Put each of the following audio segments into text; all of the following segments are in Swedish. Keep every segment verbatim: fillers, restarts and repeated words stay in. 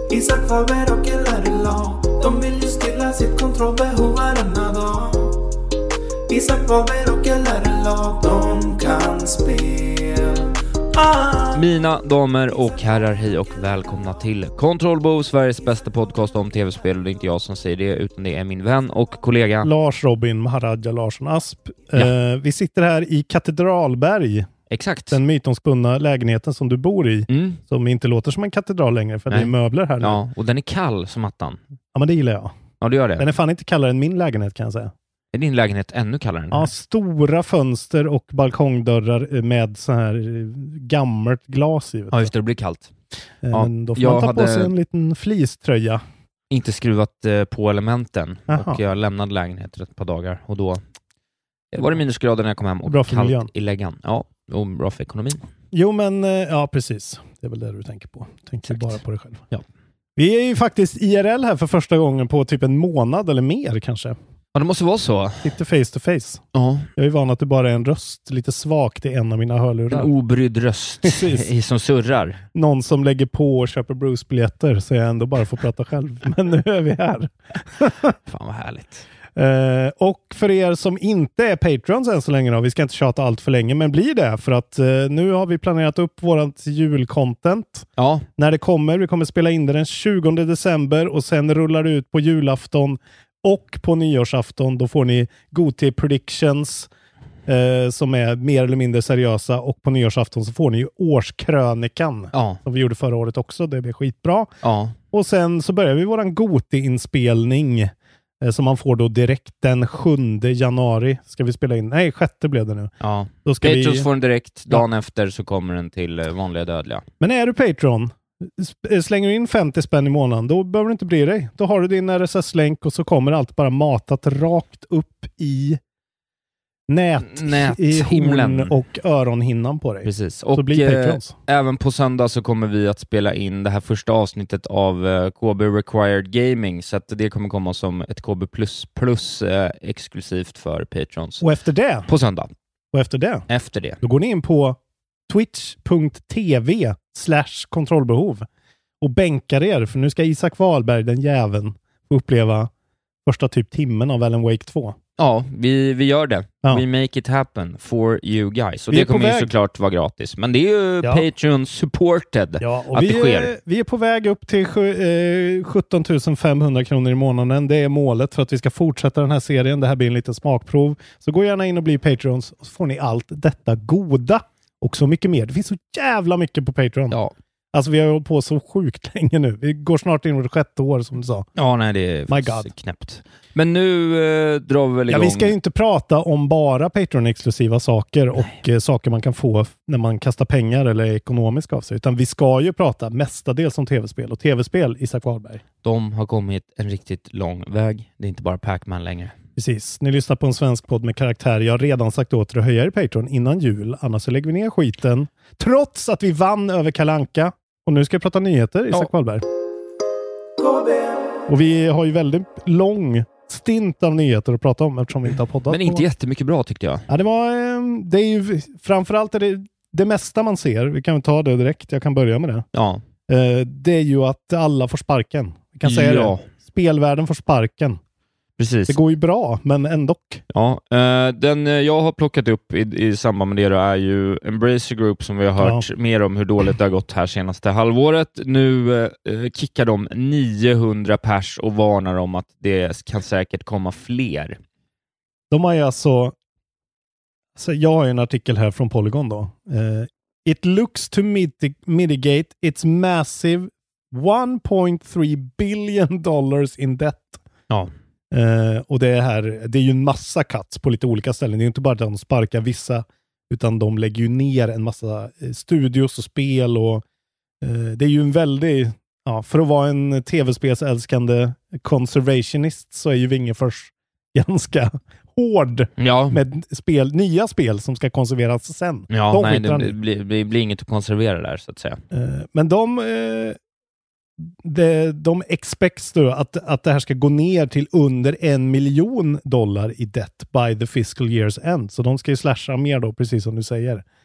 Isak Faber och Hillary Law. De vill ju stilla sitt kontrollbehov varenda dag. Isak Faber och Hillary Law. De kan spel. Ah. Mina damer och herrar, hej och välkomna till Kontrollbehov, Sveriges bästa podcast om tv-spel. Och det är inte jag som säger det, utan det är min vän och kollega Lars Robin Maharaja Larsson Asp. Ja. Eh, vi sitter här i Katedralberg. Exakt. Den mytomspunna lägenheten som du bor i. Mm. Som inte låter som en katedral längre, för Nej. det är möbler här nu. Ja, och den är kall som attan. Ja, men det gillar jag. Ja, det gör det. Den är fan inte kallare än min lägenhet, kan jag säga. Är din lägenhet ännu kallare än Ja, här? Stora fönster och balkongdörrar med så här gammalt glas i. Ja, just det, det blir kallt. Eh, ja, men då får man ta på sig en liten fleecetröja. Inte skruvat eh, på elementen. Aha. Och jag lämnade lägenheten ett par dagar. Och då var det minusgrader när jag kom hem och bra för kallt miljön. I läggan. Ja, och bra för ekonomin. Jo, men ja, precis. Det är väl det du tänker på. Tänker Exakt. bara på dig själv. Ja. Vi är ju faktiskt I R L här för första gången på typ en månad eller mer kanske. Ja, det måste vara så. Sitter face to face. Ja. Jag är van att det bara är en röst lite svagt i en av mina hörlurar. En obrydd röst i, som surrar. Någon som lägger på och köper Bruce-biljetter så jag ändå bara får prata själv. Men nu är vi här. Fan vad härligt. Uh, och för er som inte är Patrons än så länge då, vi ska inte tjata allt för länge, men blir det för att uh, nu har vi planerat upp vårat julcontent. Ja. När det kommer, vi kommer spela in det den tjugonde december och sen rullar det ut på julafton och på nyårsafton. Då får ni Goti Predictions uh, som är mer eller mindre seriösa, och på nyårsafton så får ni ju årskrönikan ja. som vi gjorde förra året också. Det blir skitbra. Ja. Och sen så börjar vi våran Goti-inspelning som man får då direkt den sjunde januari. Ska vi spela in? Nej, sjätte blev det nu. Ja. Då ska Patrons vi... får den direkt. Dagen ja. efter så kommer den till vanliga dödliga. Men är du Patron, slänger du in femtio spänn i månaden, då behöver du inte bry dig. Då har du din R S S-länk och så kommer allt bara matat rakt upp i nät, nät i himlen horn och öronhinnan på dig. Precis. Så och blir Patrons. Eh, även på söndag så kommer vi att spela in det här första avsnittet av eh, K B Required Gaming, så att det kommer komma som ett K B plus plus eh, exklusivt för Patrons. Och efter det? På söndag. Och efter det? Efter det. Då går ni in på twitch punkt tv slash kontrollbehov och bänkar er, för nu ska Isak Wahlberg, den jäveln, få uppleva första typ timmen av Alan Wake två. Ja, vi, vi gör det. Ja. We make it happen for you guys. Och vi det kommer ju såklart vara gratis. Men det är ju ja. Patreon supported ja, och att vi det sker. Är, vi är på väg upp till eh, sjutton tusen femhundra kronor i månaden. Det är målet för att vi ska fortsätta den här serien. Det här blir en liten smakprov. Så gå gärna in och bli Patrons, och så får ni allt detta goda och så mycket mer. Det finns så jävla mycket på Patreon. Ja. Alltså vi har hållit på så sjukt länge nu. Vi går snart in mot sjätte år som du sa. Ja, nej, det är My God. knäppt. Men nu eh, drar vi väl igång. Ja, vi ska ju inte prata om bara Patreon-exklusiva saker nej. och eh, saker man kan få när man kastar pengar eller ekonomiskt av sig. Utan vi ska ju prata mestadels om tv-spel. Och tv-spel, Isak Wahlberg. De har kommit en riktigt lång väg. Det är inte bara Pac-Man längre. Precis. Ni lyssnar på en svensk podd med karaktär. Jag har redan sagt åt er att höja er Patreon innan jul. Annars så lägger vi ner skiten. Trots att vi vann över Kalle Anka. Och nu ska jag prata nyheter, Isak ja. Wahlberg. Och vi har ju väldigt lång stint av nyheter att prata om eftersom vi inte har poddat. Men inte på. jättemycket bra tyckte jag. Ja, det var... Det är ju framförallt är det, det mesta man ser. Vi kan ta det direkt. Jag kan börja med det. Ja. Det är ju att alla får sparken. Vi kan säga ja. det. Spelvärlden får sparken. Precis. Det går ju bra, men ändå. Ja, eh, den jag har plockat upp i, i samband med det då är ju Embracer Group, som vi har hört ja. mer om hur dåligt det har gått här senaste halvåret. Nu eh, kickar de niohundra pers och varnar om att det kan säkert komma fler. De har ju alltså... alltså jag har en artikel här från Polygon då. Uh, It looks to mit- mitigate its massive one point three billion dollars in debt. Ja. Uh, och det är här, det är ju en massa cuts på lite olika ställen. Det är inte bara att de sparkar vissa, utan de lägger ju ner en massa studios och spel och uh, det är ju en väldigt, ja, för att vara en tv-spelsälskande conservationist så är ju Wingefors ganska hård ja. med spel, nya spel som ska konserveras sen. Ja, de nej, det, det, blir, det blir inget att konservera där så att säga. Uh, men de uh, De, de expects då att, att det här ska gå ner till under en miljon dollar i debt by the fiscal year's end. Så de ska ju slasha mer då, precis som du säger.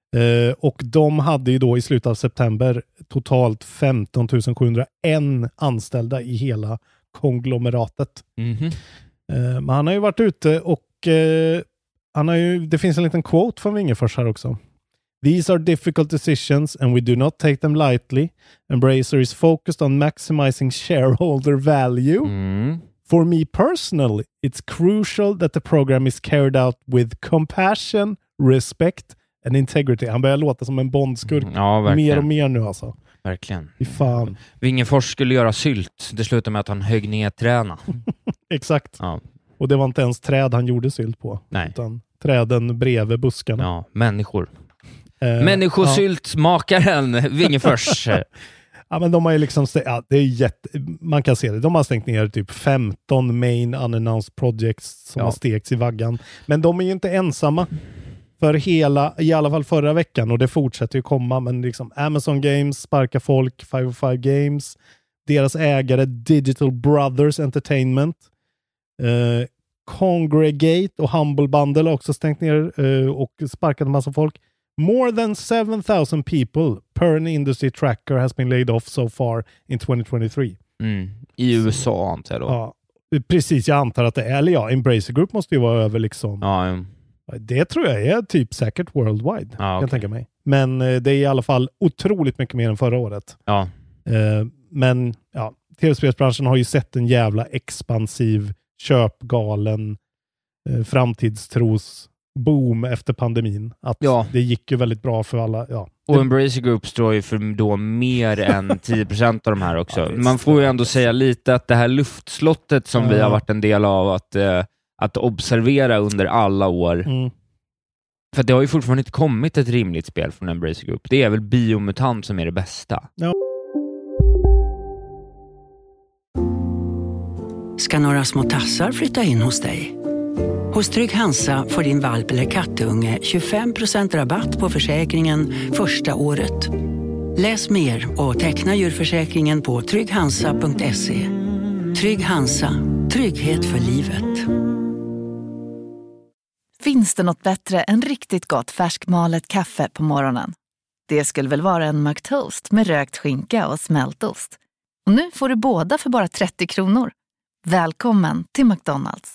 Uh, och de hade ju då i slutet av september totalt femton tusen sjuhundraen anställda i hela konglomeratet. Mm-hmm. Uh, men han har ju varit ute och uh, han har ju, det finns en liten quote från Wingefors här också. These are difficult decisions and we do not take them lightly. Embracer is focused on maximizing shareholder value. Mm. For me personally, it's crucial that the program is carried out with compassion, respect and integrity. Han börjar låta som en bondskurk. Ja, verkligen. Mer och mer nu alltså. Verkligen. Fy fan. Wingefors skulle göra sylt. Det slutade med att han högg ner träna. Exakt. Ja. Och det var inte ens träd han gjorde sylt på. Nej. Utan träden bredvid buskarna. Ja, människor. Eh, Människosyltmakaren ja. Wingefors. Ja, men de har ju liksom st- ja, det är jätte, man kan se det. De har stängt ner typ femton main unannounced projects som ja. har stegts i vaggan. Men de är ju inte ensamma för hela, i alla fall förra veckan, och det fortsätter ju komma, men liksom Amazon Games sparkar folk, five oh five Games, deras ägare Digital Brothers Entertainment, eh, Congregate och Humble Bundle har också stängt ner eh, och sparkat en massa folk. More than seven thousand people per an industry tracker has been laid off so far in twenty twenty-three. Mm. I U S A antar jag då. Ja, precis, jag antar att det är, eller ja, Embracer Group måste ju vara över liksom. Ja, mm. Det tror jag är typ säkert worldwide, ja, kan okay. jag tänka mig. Men eh, det är i alla fall otroligt mycket mer än förra året. Ja. Eh, men ja, tv-spelsbranschen har ju sett en jävla expansiv, köpgalen, eh, framtidstros boom efter pandemin. Att ja. det gick ju väldigt bra för alla. Ja. Och Embracer Group står ju för då mer än tio procent av de här också. Ja, man får ju ändå säga lite att det här luftslottet som ja. vi har varit en del av att, eh, att observera under alla år. Mm. För det har ju fortfarande inte kommit ett rimligt spel från Embracer Group. Det är väl Biomutant som är det bästa. Ja. Ska några små tassar flytta in hos dig? Hos Trygg Hansa får din valp eller kattunge tjugofem procent rabatt på försäkringen första året. Läs mer och teckna djurförsäkringen på trygg hansa punkt se. Trygg Hansa, trygghet för livet. Finns det något bättre än riktigt gott färskmalet kaffe på morgonen? Det skulle väl vara en McToast med rökt skinka och smältost. Och nu får du båda för bara trettio kronor. Välkommen till McDonald's.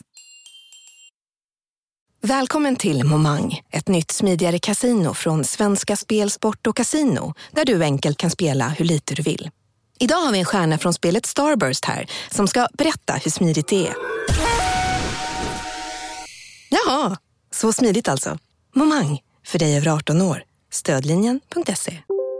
Välkommen till Momang, ett nytt smidigare kasino från Svenska Spel, Sport och Casino, där du enkelt kan spela hur lite du vill. Idag har vi en stjärna från spelet Starburst här, som ska berätta hur smidigt det är. Jaha, så smidigt alltså. Momang, för dig över arton år. Stödlinjen punkt se.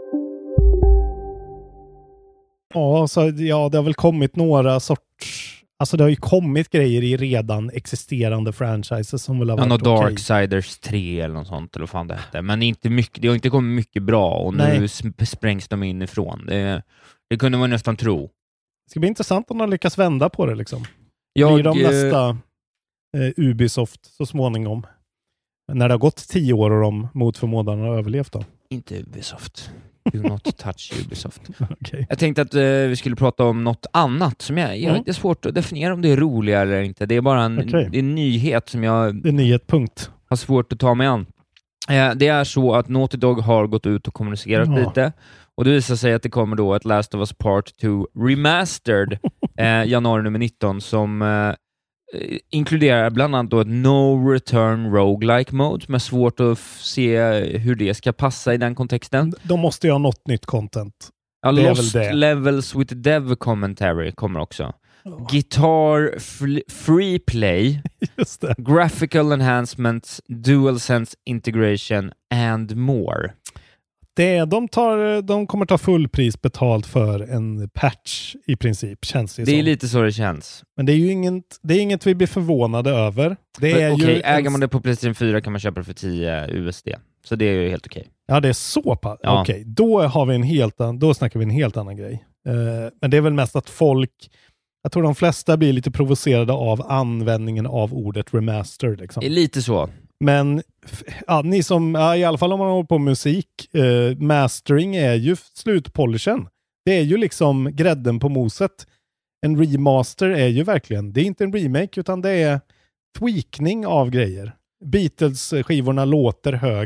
Ja, så, ja, det har väl kommit några sorts... Alltså det har ju kommit grejer i redan existerande franchises som väl har varit ja, okej. Darksiders tre eller något sånt, eller vad fan det heter. Men inte mycket, det har inte kommit mycket bra och Nej. nu sprängs de inifrån. Det, det kunde man nästan tro. Det ska bli intressant om de lyckas vända på det liksom. Jag, Blir de nästa eh, Ubisoft så småningom? När det har gått tio år och de mot förmodan har överlevt då? Inte Ubisoft. Do not touch Ubisoft. Okay. Jag tänkte att eh, vi skulle prata om något annat som jag, jag mm. det är svårt att definiera om det är roligare eller inte. Det är bara en, okay. det är en nyhet som jag det är en nyhet, punkt. har svårt att ta mig an. Eh, det är så att Naughty Dog har gått ut och kommunicerat ja. lite. Och det visar sig att det kommer då ett Last of Us Part två Remastered eh, januari nummer nitton som eh, inkluderar bland annat då ett No Return Roguelike mode som är svårt att f- se hur det ska passa i den kontexten. De måste ju ha något nytt content. Ja, det Lost är väl det. Levels with Dev Commentary kommer också. Oh. Guitar fl- Free Play, Just det. Graphical Enhancements, DualSense Integration and more. Det, de, tar, de kommer ta fullpris betalt för en patch i princip, känns det Det som. är lite så det känns. Men det är ju inget, det är inget vi blir förvånade över. Okej, okay, äger man det på PlayStation fyra kan man köpa det för tio U S D. Så det är ju helt okej. Okay. Ja, det är så pass. Ja. Okej, okay. Då har vi en helt an- då snackar vi en helt annan grej. Uh, men det är väl mest att folk, jag tror de flesta blir lite provocerade av användningen av ordet remaster. Liksom. Det är lite så. Men ja, ni som, ja, i alla fall om man håller på musik, uh, mastering är ju slutpolishen. Det är ju liksom grädden på moset. En remaster är ju verkligen, det är inte en remake utan det är tweakning av grejer. Beatles-skivorna låter högre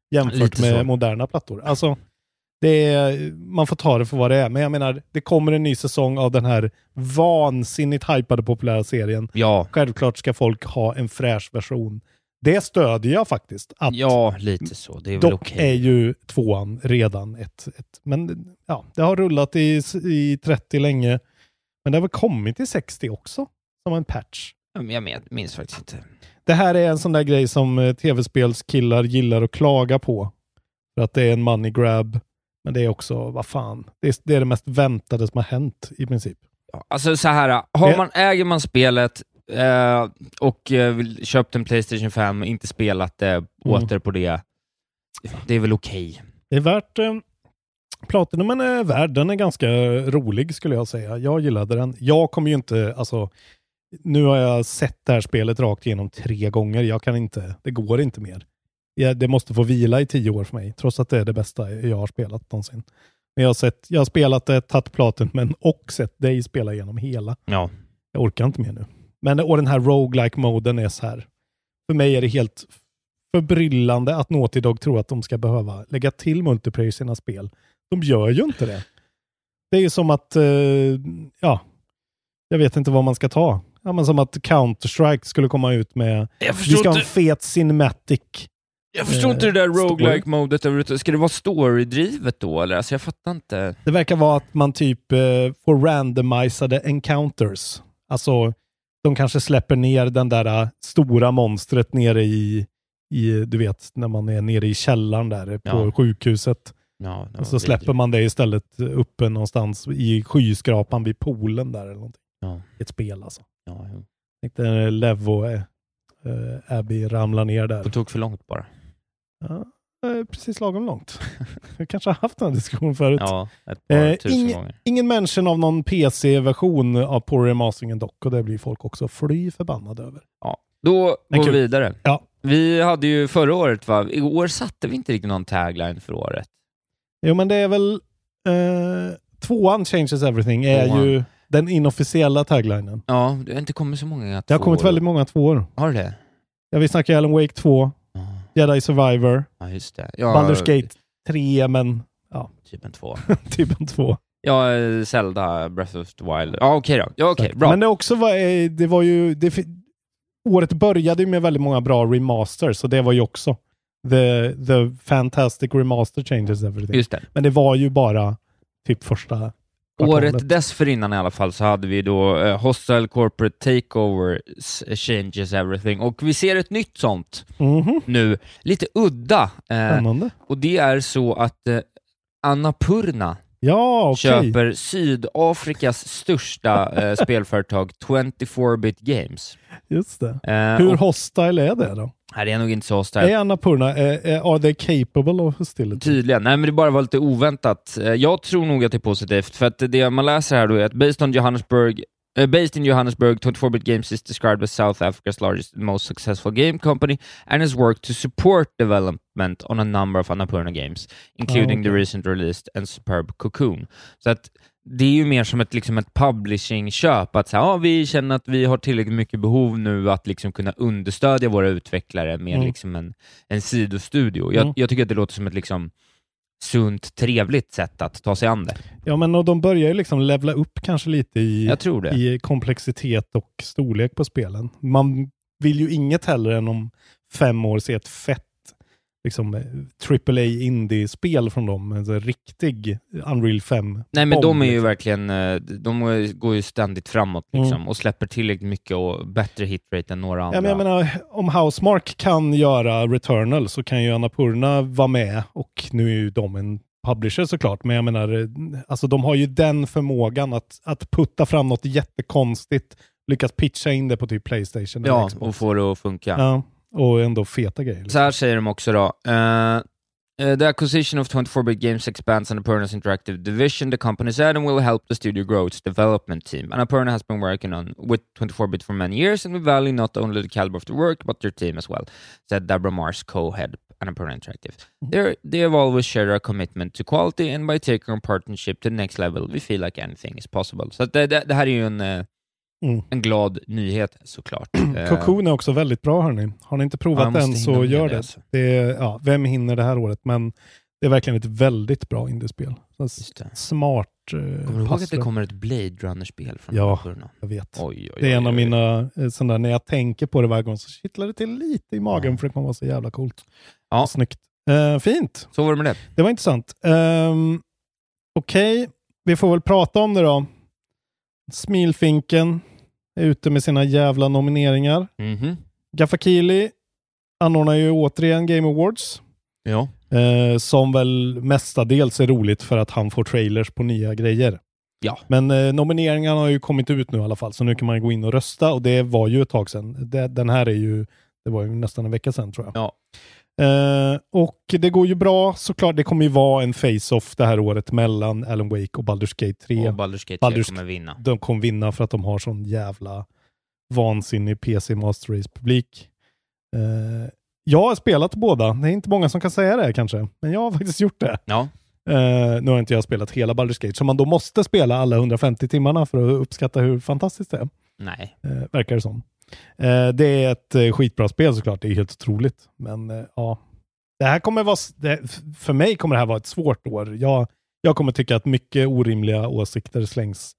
jämfört Lite med så. moderna plattor. Alltså, det är, man får ta det för vad det är. Men jag menar, det kommer en ny säsong av den här vansinnigt hypade populära serien. Ja. Självklart ska folk ha en fräsch version. Det stödjer jag faktiskt. Att Ja, lite så. Det är väl dock okej. är ju tvåan redan ett, ett... Men ja, det har rullat i, i trettio länge. Men det har väl kommit till sextio också. Som en patch. Jag men- minns faktiskt inte. Det här är en sån där grej som eh, tv-spelskillar gillar att klaga på. För att det är en money grab. Men det är också, vad fan. Det är det, är det mest väntade som har hänt i princip. Ja, alltså så här, har Det- man, äger man spelet eh, och eh, vill- köpt en PlayStation fem och inte spelat det, åter på det, det är väl okej. Det är värt... Eh, Platinumen är värd. Den är ganska rolig skulle jag säga. Jag gillade den. Jag kommer ju inte... Alltså, nu har jag sett det här spelet rakt igenom tre gånger. Jag kan inte... Det går inte mer. Jag, det måste få vila i tio år för mig. Trots att det är det bästa jag har spelat någonsin. Men jag har, sett, jag har spelat det, tagit Platinum och sett dig spela igenom hela. Ja. Jag orkar inte mer nu. Men och den här roguelike-moden är så här. För mig är det helt förbryllande att Naughty Dog tror att de ska behöva lägga till multiplayer i sina spel. De gör ju inte det. Det är ju som att, eh, ja, jag vet inte vad man ska ta. Ja, men som att Counter-Strike skulle komma ut med, Jag vi förstår ska ha en inte, fet cinematic. jag förstår eh, inte det där story. roguelike-modet överhuvudtaget. Ska det vara story-drivet då? Eller? Alltså jag fattar inte. Det verkar vara att man typ eh, får randomisade encounters. Alltså, de kanske släpper ner den där uh, stora monstret nere i, i, du vet, när man är nere i källaren där på Ja. sjukhuset. Ja, det Och så var släpper vidrigt. man det istället uppe någonstans i skyskrapan vid poolen där eller någonting. Ja. Ett spel alltså. Ja, jo. Tänkte Lev och äh, Abby ramlar ner där. Det tog för långt bara. Ja, eh, precis lagom långt. Vi kanske har haft den här diskussionen förut. Ja, ett par Eh, tusen ing- gånger. Ingen mention av någon P C-version av på remasteringen dock, och det blir folk också fly förbannade över. Ja. Då Men går vi kul. vidare. Ja. Vi hade ju förra året, va? I år satte vi inte riktigt någon tagline för året. Jo, men det är väl eh, tvåan Changes Everything är Tvåan. ju den inofficiella taglinen. Ja, det har inte kommit så många. Det har kommit väldigt många tvåor. Har det? Ja, vi snackar Alan Wake två, Ja, Jedi Survivor, ja just det. Ja, Baldur's Gate tre, men ja, Typ en två. typ en två. Ja, eh, Zelda, Breath of the Wild. Ja, okej då. Ja, okej, bra. Men det också var, eh, det var ju, det, fi- året började ju med väldigt många bra remasters, så det var ju också the, the fantastic remaster Changes Everything. Just det. Men det var ju bara typ första kvartalet. Året dessförinnan i alla fall så hade vi då eh, Hostile Corporate Takeover s- Changes Everything. Och vi ser ett nytt sånt Mhm. nu. Lite udda. Eh, Spännande. och det är så att eh, Annapurna Ja, okej. köper Sydafrikas största eh, spelföretag twenty-four bit Games. Just det. Eh, Hur och, hostile är det då? nej, det är nog inte så hostile. Är Annapurna, är, är, are they capable of hostility? Tydligen. Nej, men det bara var lite oväntat. Eh, Jag tror nog att det är positivt, för att det man läser här då är att based on Johannesburg Uh, based in Johannesburg, twenty-four bit Games is described as South Africa's largest and most successful game company and has worked to support development on a number of Annapurna games, including Ah, the okej. recent released and superb Cocoon. Så att det är ju mer som ett, liksom ett publishing-köp, att så här, ja, vi känner att vi har tillräckligt mycket behov nu att liksom kunna understödja våra utvecklare med Mm. liksom en, en sidostudio. Jag, Mm. jag tycker att det låter som ett liksom sunt, trevligt sätt att ta sig an det. Ja, men och de börjar ju liksom levla upp kanske lite i, Jag tror det. i komplexitet och storlek på spelen. Man vill ju inget hellre än om fem år se ett fett liksom triple A indie-spel från dem. En sån riktig Unreal fem. Nej, men de är ju liksom. verkligen, eh, de går ju ständigt framåt liksom, Mm. och släpper tillräckligt mycket och bättre hitrate än några andra. Ja, men jag menar, om Housemarque kan göra Returnal så kan ju Annapurna vara med, och nu är ju de en publisher såklart, men jag menar, eh, alltså de har ju den förmågan att, att putta fram något jättekonstigt, lyckas pitcha in det på typ PlayStation eller ja, Xbox. och få det att funka. Ja, och ändå feta grejer. Så här säger de också då. Uh, uh, the acquisition of twenty-four bit Games expands Annapurna's interactive division. The company said, and will help the studio grow its development team. Annapurna has been working on with twenty-four bit for many years, and we value not only the caliber of the work, but their team as well, said Deborah Mars, co-head Annapurna Interactive. They're, they have always shared our commitment to quality, and by taking our partnership to the next level, we feel like anything is possible. Så att det, det, det här är ju en, uh, Mm. en glad nyhet såklart. Cocoon är också väldigt bra, hörni. Har ni inte provat ja, den så gör det. Alltså. det är, ja, vem hinner det här året? Men det är verkligen ett väldigt bra indiespel. Smart. Eh, kommer du ihåg att det kommer ett Blade Runner-spel från ja, början? Jag vet. Oj, oj, det är en oj, av oj. mina, sådana när jag tänker på det varje gång så kittlar det till lite i magen ja. För det kommer vara så jävla coolt. Ja. Snyggt. Uh, fint. Så var det med det. Det var intressant. Um, Okej, okay. Vi får väl prata om det då. Smilfinken är ute med sina jävla nomineringar. Mm-hmm. Gafakili anordnar ju återigen Game Awards. Ja. Uh, som väl mestadels är roligt för att han får trailers på nya grejer. Ja. Men uh, nomineringarna har ju kommit ut nu i alla fall. Så nu kan man gå in och rösta. Och det var ju ett tag sedan. Det, den här är ju, det var ju nästan en vecka sedan tror jag. Ja. Uh, och det går ju bra såklart. Det kommer ju vara en face-off det här året mellan Alan Wake och Baldur's Gate tre. Och Baldur's Gate tre Baldur's kommer vinna. De kommer vinna för att de har sån jävla vansinnig P C Master Race-publik. Uh, jag har spelat båda. Det är inte många som kan säga det kanske. Men jag har faktiskt gjort det. Ja. Uh, nu har inte jag spelat hela Baldur's Gate. Så man då måste spela alla hundrafemtio timmarna för att uppskatta hur fantastiskt det är. Nej. Uh, verkar det som. Uh, det är ett uh, skitbra spel såklart. Det är helt otroligt. Men uh, ja. Det här kommer vara... Det, för mig kommer det här vara ett svårt år. Jag, jag kommer tycka att mycket orimliga åsikter slängs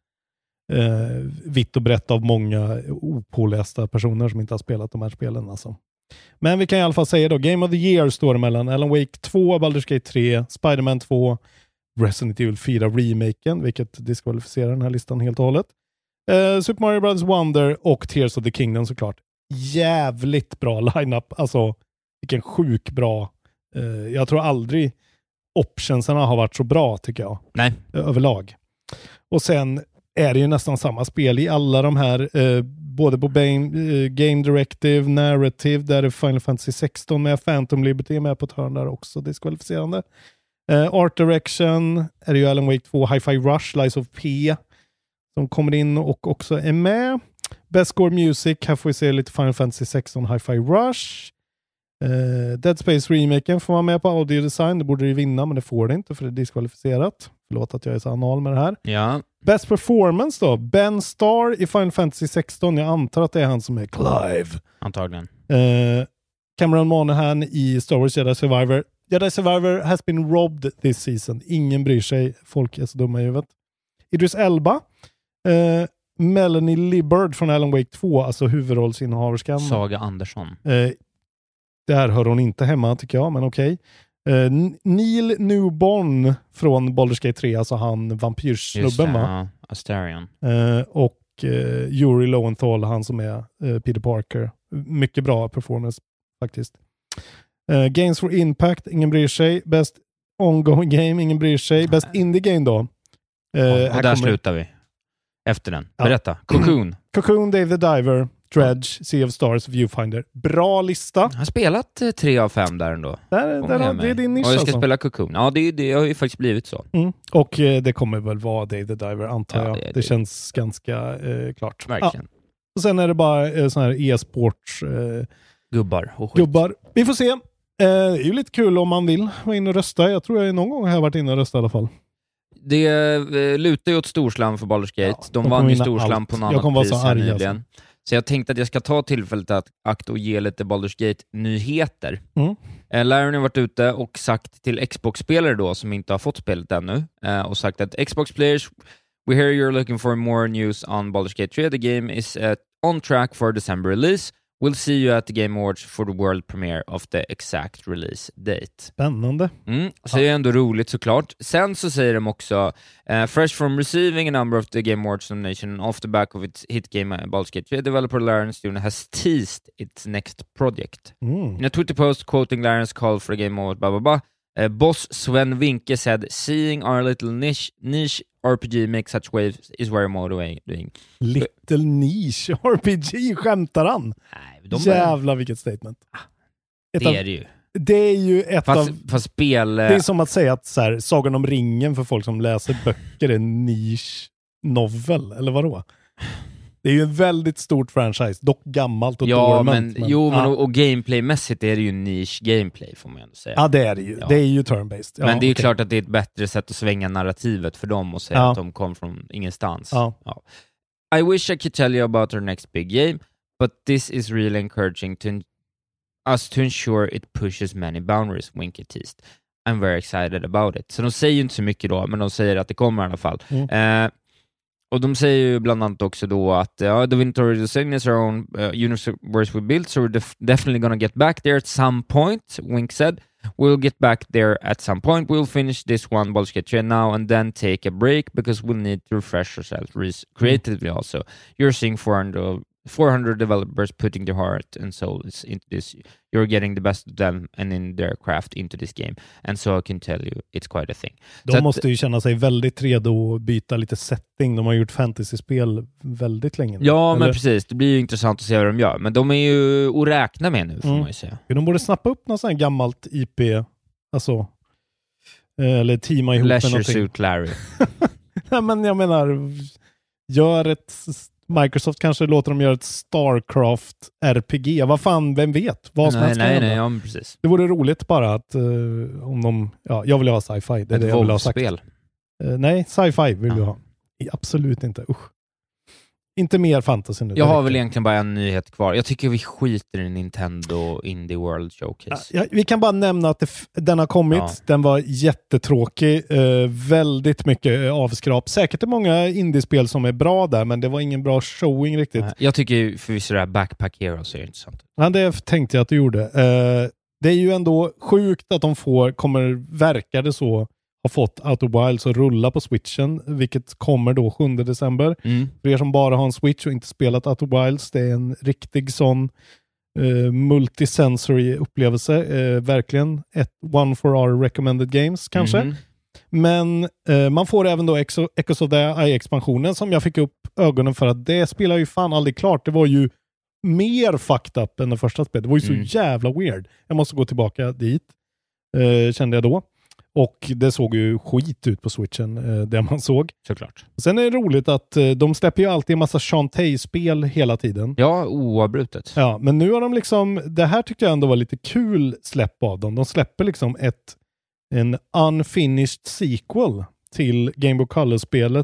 uh, vitt och brett av många opålästa personer som inte har spelat de här spelen. Alltså. Men vi kan i alla fall säga då, Game of the Year står det mellan Alan Wake två, Baldur's Gate tre, Spider-Man två, Resident Evil fyra remaken, vilket diskvalificerar den här listan helt och hållet. Uh, Super Mario Bros. Wonder och Tears of the Kingdom såklart. Jävligt bra lineup. Alltså, vilken sjuk bra. Uh, jag tror aldrig optionsarna har varit så bra, tycker jag. Nej. Uh, överlag. Och sen är det ju nästan samma spel i alla de här, uh, både på Game, uh, Game Directive, Narrative, där är Final Fantasy sexton med, Phantom Liberty är med på ett hörn där också, diskvalificerande. Uh, Art Direction är det ju Alan Wake två, Hi-Fi Rush, Lies of P som kommer in och också är med. Best Score Music, här får vi se lite Final Fantasy sexton, Hi-Fi Rush. Uh, Dead Space Remaken får vara med på Audio Design, det borde det vinna, men det får det inte för det är diskvalificerat. Förlåt att jag är så anal med det här. Ja. Best Performance då, Ben Starr i Final Fantasy sexton, jag antar att det är han som är Clive. Antagligen. Uh, Cameron Monaghan i Star Wars Jedi Survivor. Jedi Survivor has been robbed this season. Ingen bryr sig, folk är så dumma i huvudet. Idris Elba. Uh, Melanie Libbard från Alan Wake två, alltså huvudrollsinnehaverskan. Saga Andersson. Uh, där hör hon inte hemma, tycker jag, men okej. Okay. Uh, Neil Newborn från Baldur's Gate tre, alltså han vampyrsnubben, va? Ja, Astarion. Uh, och uh, Yuri Lowenthal, han som är uh, Peter Parker. Mycket bra performance, faktiskt. Uh, Games for Impact, ingen bryr sig. Best Ongoing Game, ingen bryr sig. Best Indie Game då. Uh, och här där kommer... slutar vi. Efter den. Berätta. Ja. Cocoon. Cocoon, Dave the Diver, Dredge, Sea of Stars, Viewfinder. Bra lista. Jag har spelat eh, tre av fem där ändå. Där, där har, det är din nisch. Och jag ska alltså. spela Cocoon. Ja, det, det har ju faktiskt blivit så. Mm. Och eh, det kommer väl vara Dave the Diver, antar ja, jag. Det, det, det känns ganska eh, klart. Verkligen. Ja. Och sen är det bara eh, sån här e-sports eh, gubbar och skit. Gubbar. Vi får se. Eh, det är ju lite kul om man vill vara inne och rösta. Jag tror jag någon gång har varit inne och röstat i alla fall. Det eh, lutar ju åt storslam för Baldur's Gate. Ja, de, de vann ju storslam på något annat pris här nyligen. Alltså. Så jag tänkte att jag ska ta tillfället att akt och ge lite Baldur's Gate-nyheter. Mm. Eh, Läraren har varit ute och sagt till Xbox-spelare då, som inte har fått spelet ännu, eh, och sagt att Xbox players, we hear you're looking for more news on Baldur's Gate tre. The game is uh, on track for December release. We'll see you at the Game Awards for the world premiere of the exact release date. Spännande. Mm, så ja. Det är ändå roligt såklart. Sen så säger de också uh, fresh from receiving a number of the Game Awards nomination off the back of its hit game uh, Baldur's Gate tre, developer Larian Studio has teased its next project. Mm. In a Twitter post quoting Larian's call for the Game Awards, blah blah blah, uh, boss Sven Vinke said, seeing our little niche, niche R P G make such waves is very motivating. Little niche R P G, skämtar han? Nej, de jävlar vilket statement. Ett det av, är det ju. Det är ju ett fast, av... Fast spel... Det är som att säga att så här, Sagan om ringen för folk som läser böcker är en niche novel, eller vadå? Det är ju en väldigt stort franchise, dock gammalt och ja, dormant. Men, men, jo, men, och, och gameplaymässigt är det ju niche gameplay, får man ändå säga. Ja, det är det ju. Ja. Det är ju turn-based. Ja, men det är ju okay. klart att det är ett bättre sätt att svänga narrativet för dem och säga ja. att de kom från ingenstans. Ja. Ja. I wish I could tell you about our next big game, but this is really encouraging to en- us to ensure it pushes many boundaries, Winky teased. I'm very excited about it. Så de säger ju inte så mycket då, men de säger att det kommer i alla fall. Mm. Eh, och de säger ju bland annat också då att uh, the Winter Design is our own uh, universe we built, so we're def- definitely gonna get back there at some point, Wink said. We'll get back there at some point. We'll finish this one Baldur's Gate three now and then take a break because we'll need to refresh ourselves re- creatively mm. also. You're seeing four hundred, four hundred developers putting their heart and soul into this. You're getting the best of them and in their craft into this game. And so I can tell you, it's quite a thing. De så måste att, ju känna sig väldigt redo att byta lite setting. De har gjort fantasyspel väldigt länge. Ja, eller? Men precis. Det blir ju intressant att se vad de gör. Men de är ju att räkna med nu, får mm. man ju säga. De borde snappa upp något sånt här gammalt I P. Alltså, eller teama ihop Leisure med någonting. Suit Larry. Nej, men jag menar, gör ett... Microsoft kanske låter dem göra ett Starcraft R P G. Vad fan, vem vet? Vad som nej, helst nej, nej, ja, precis. Det vore roligt bara att uh, om de... Ja, jag vill ha sci-fi. Det är ett det jag vill ha sagt. spel. Uh, nej, sci-fi vill ja. jag ha. Absolut inte. Usch. Inte mer fantasy nu. Jag har väl egentligen bara en nyhet kvar. Jag tycker vi skiter i Nintendo Indie World Showcase. Ja, vi kan bara nämna att det f- den har kommit. Ja. Den var jättetråkig. Uh, väldigt mycket avskrap. Säkert är många indiespel som är bra där, men det var ingen bra showing riktigt. Nej, jag tycker förvisso det här Backpack Heroes är intressant. Ja, det tänkte jag att du gjorde. Uh, det är ju ändå sjukt att de får, kommer, verkar det så, har fått Outer Wilds att rulla på Switchen, vilket kommer då sjunde december. Mm. För er som bara har en Switch och inte spelat Outer Wilds, det är en riktig sån uh, multisensory upplevelse. Uh, verkligen ett one for our recommended games kanske. Mm. Men uh, man får även då Echo, Echoes of the Eye-expansionen som jag fick upp ögonen för att det spelar ju fan aldrig klart. Det var ju mer fucked up än det första spelet. Det var ju mm. så jävla weird. Jag måste gå tillbaka dit, uh, kände jag då. Och det såg ju skit ut på Switchen, eh, det man såg. Såklart. Sen är det roligt att eh, de släpper ju alltid en massa Shantae-spel hela tiden. Ja, oavbrutet. Ja, men nu har de liksom, det här tyckte jag ändå var lite kul släpp av dem. De släpper liksom ett, en unfinished sequel till Game Boy Color-spelet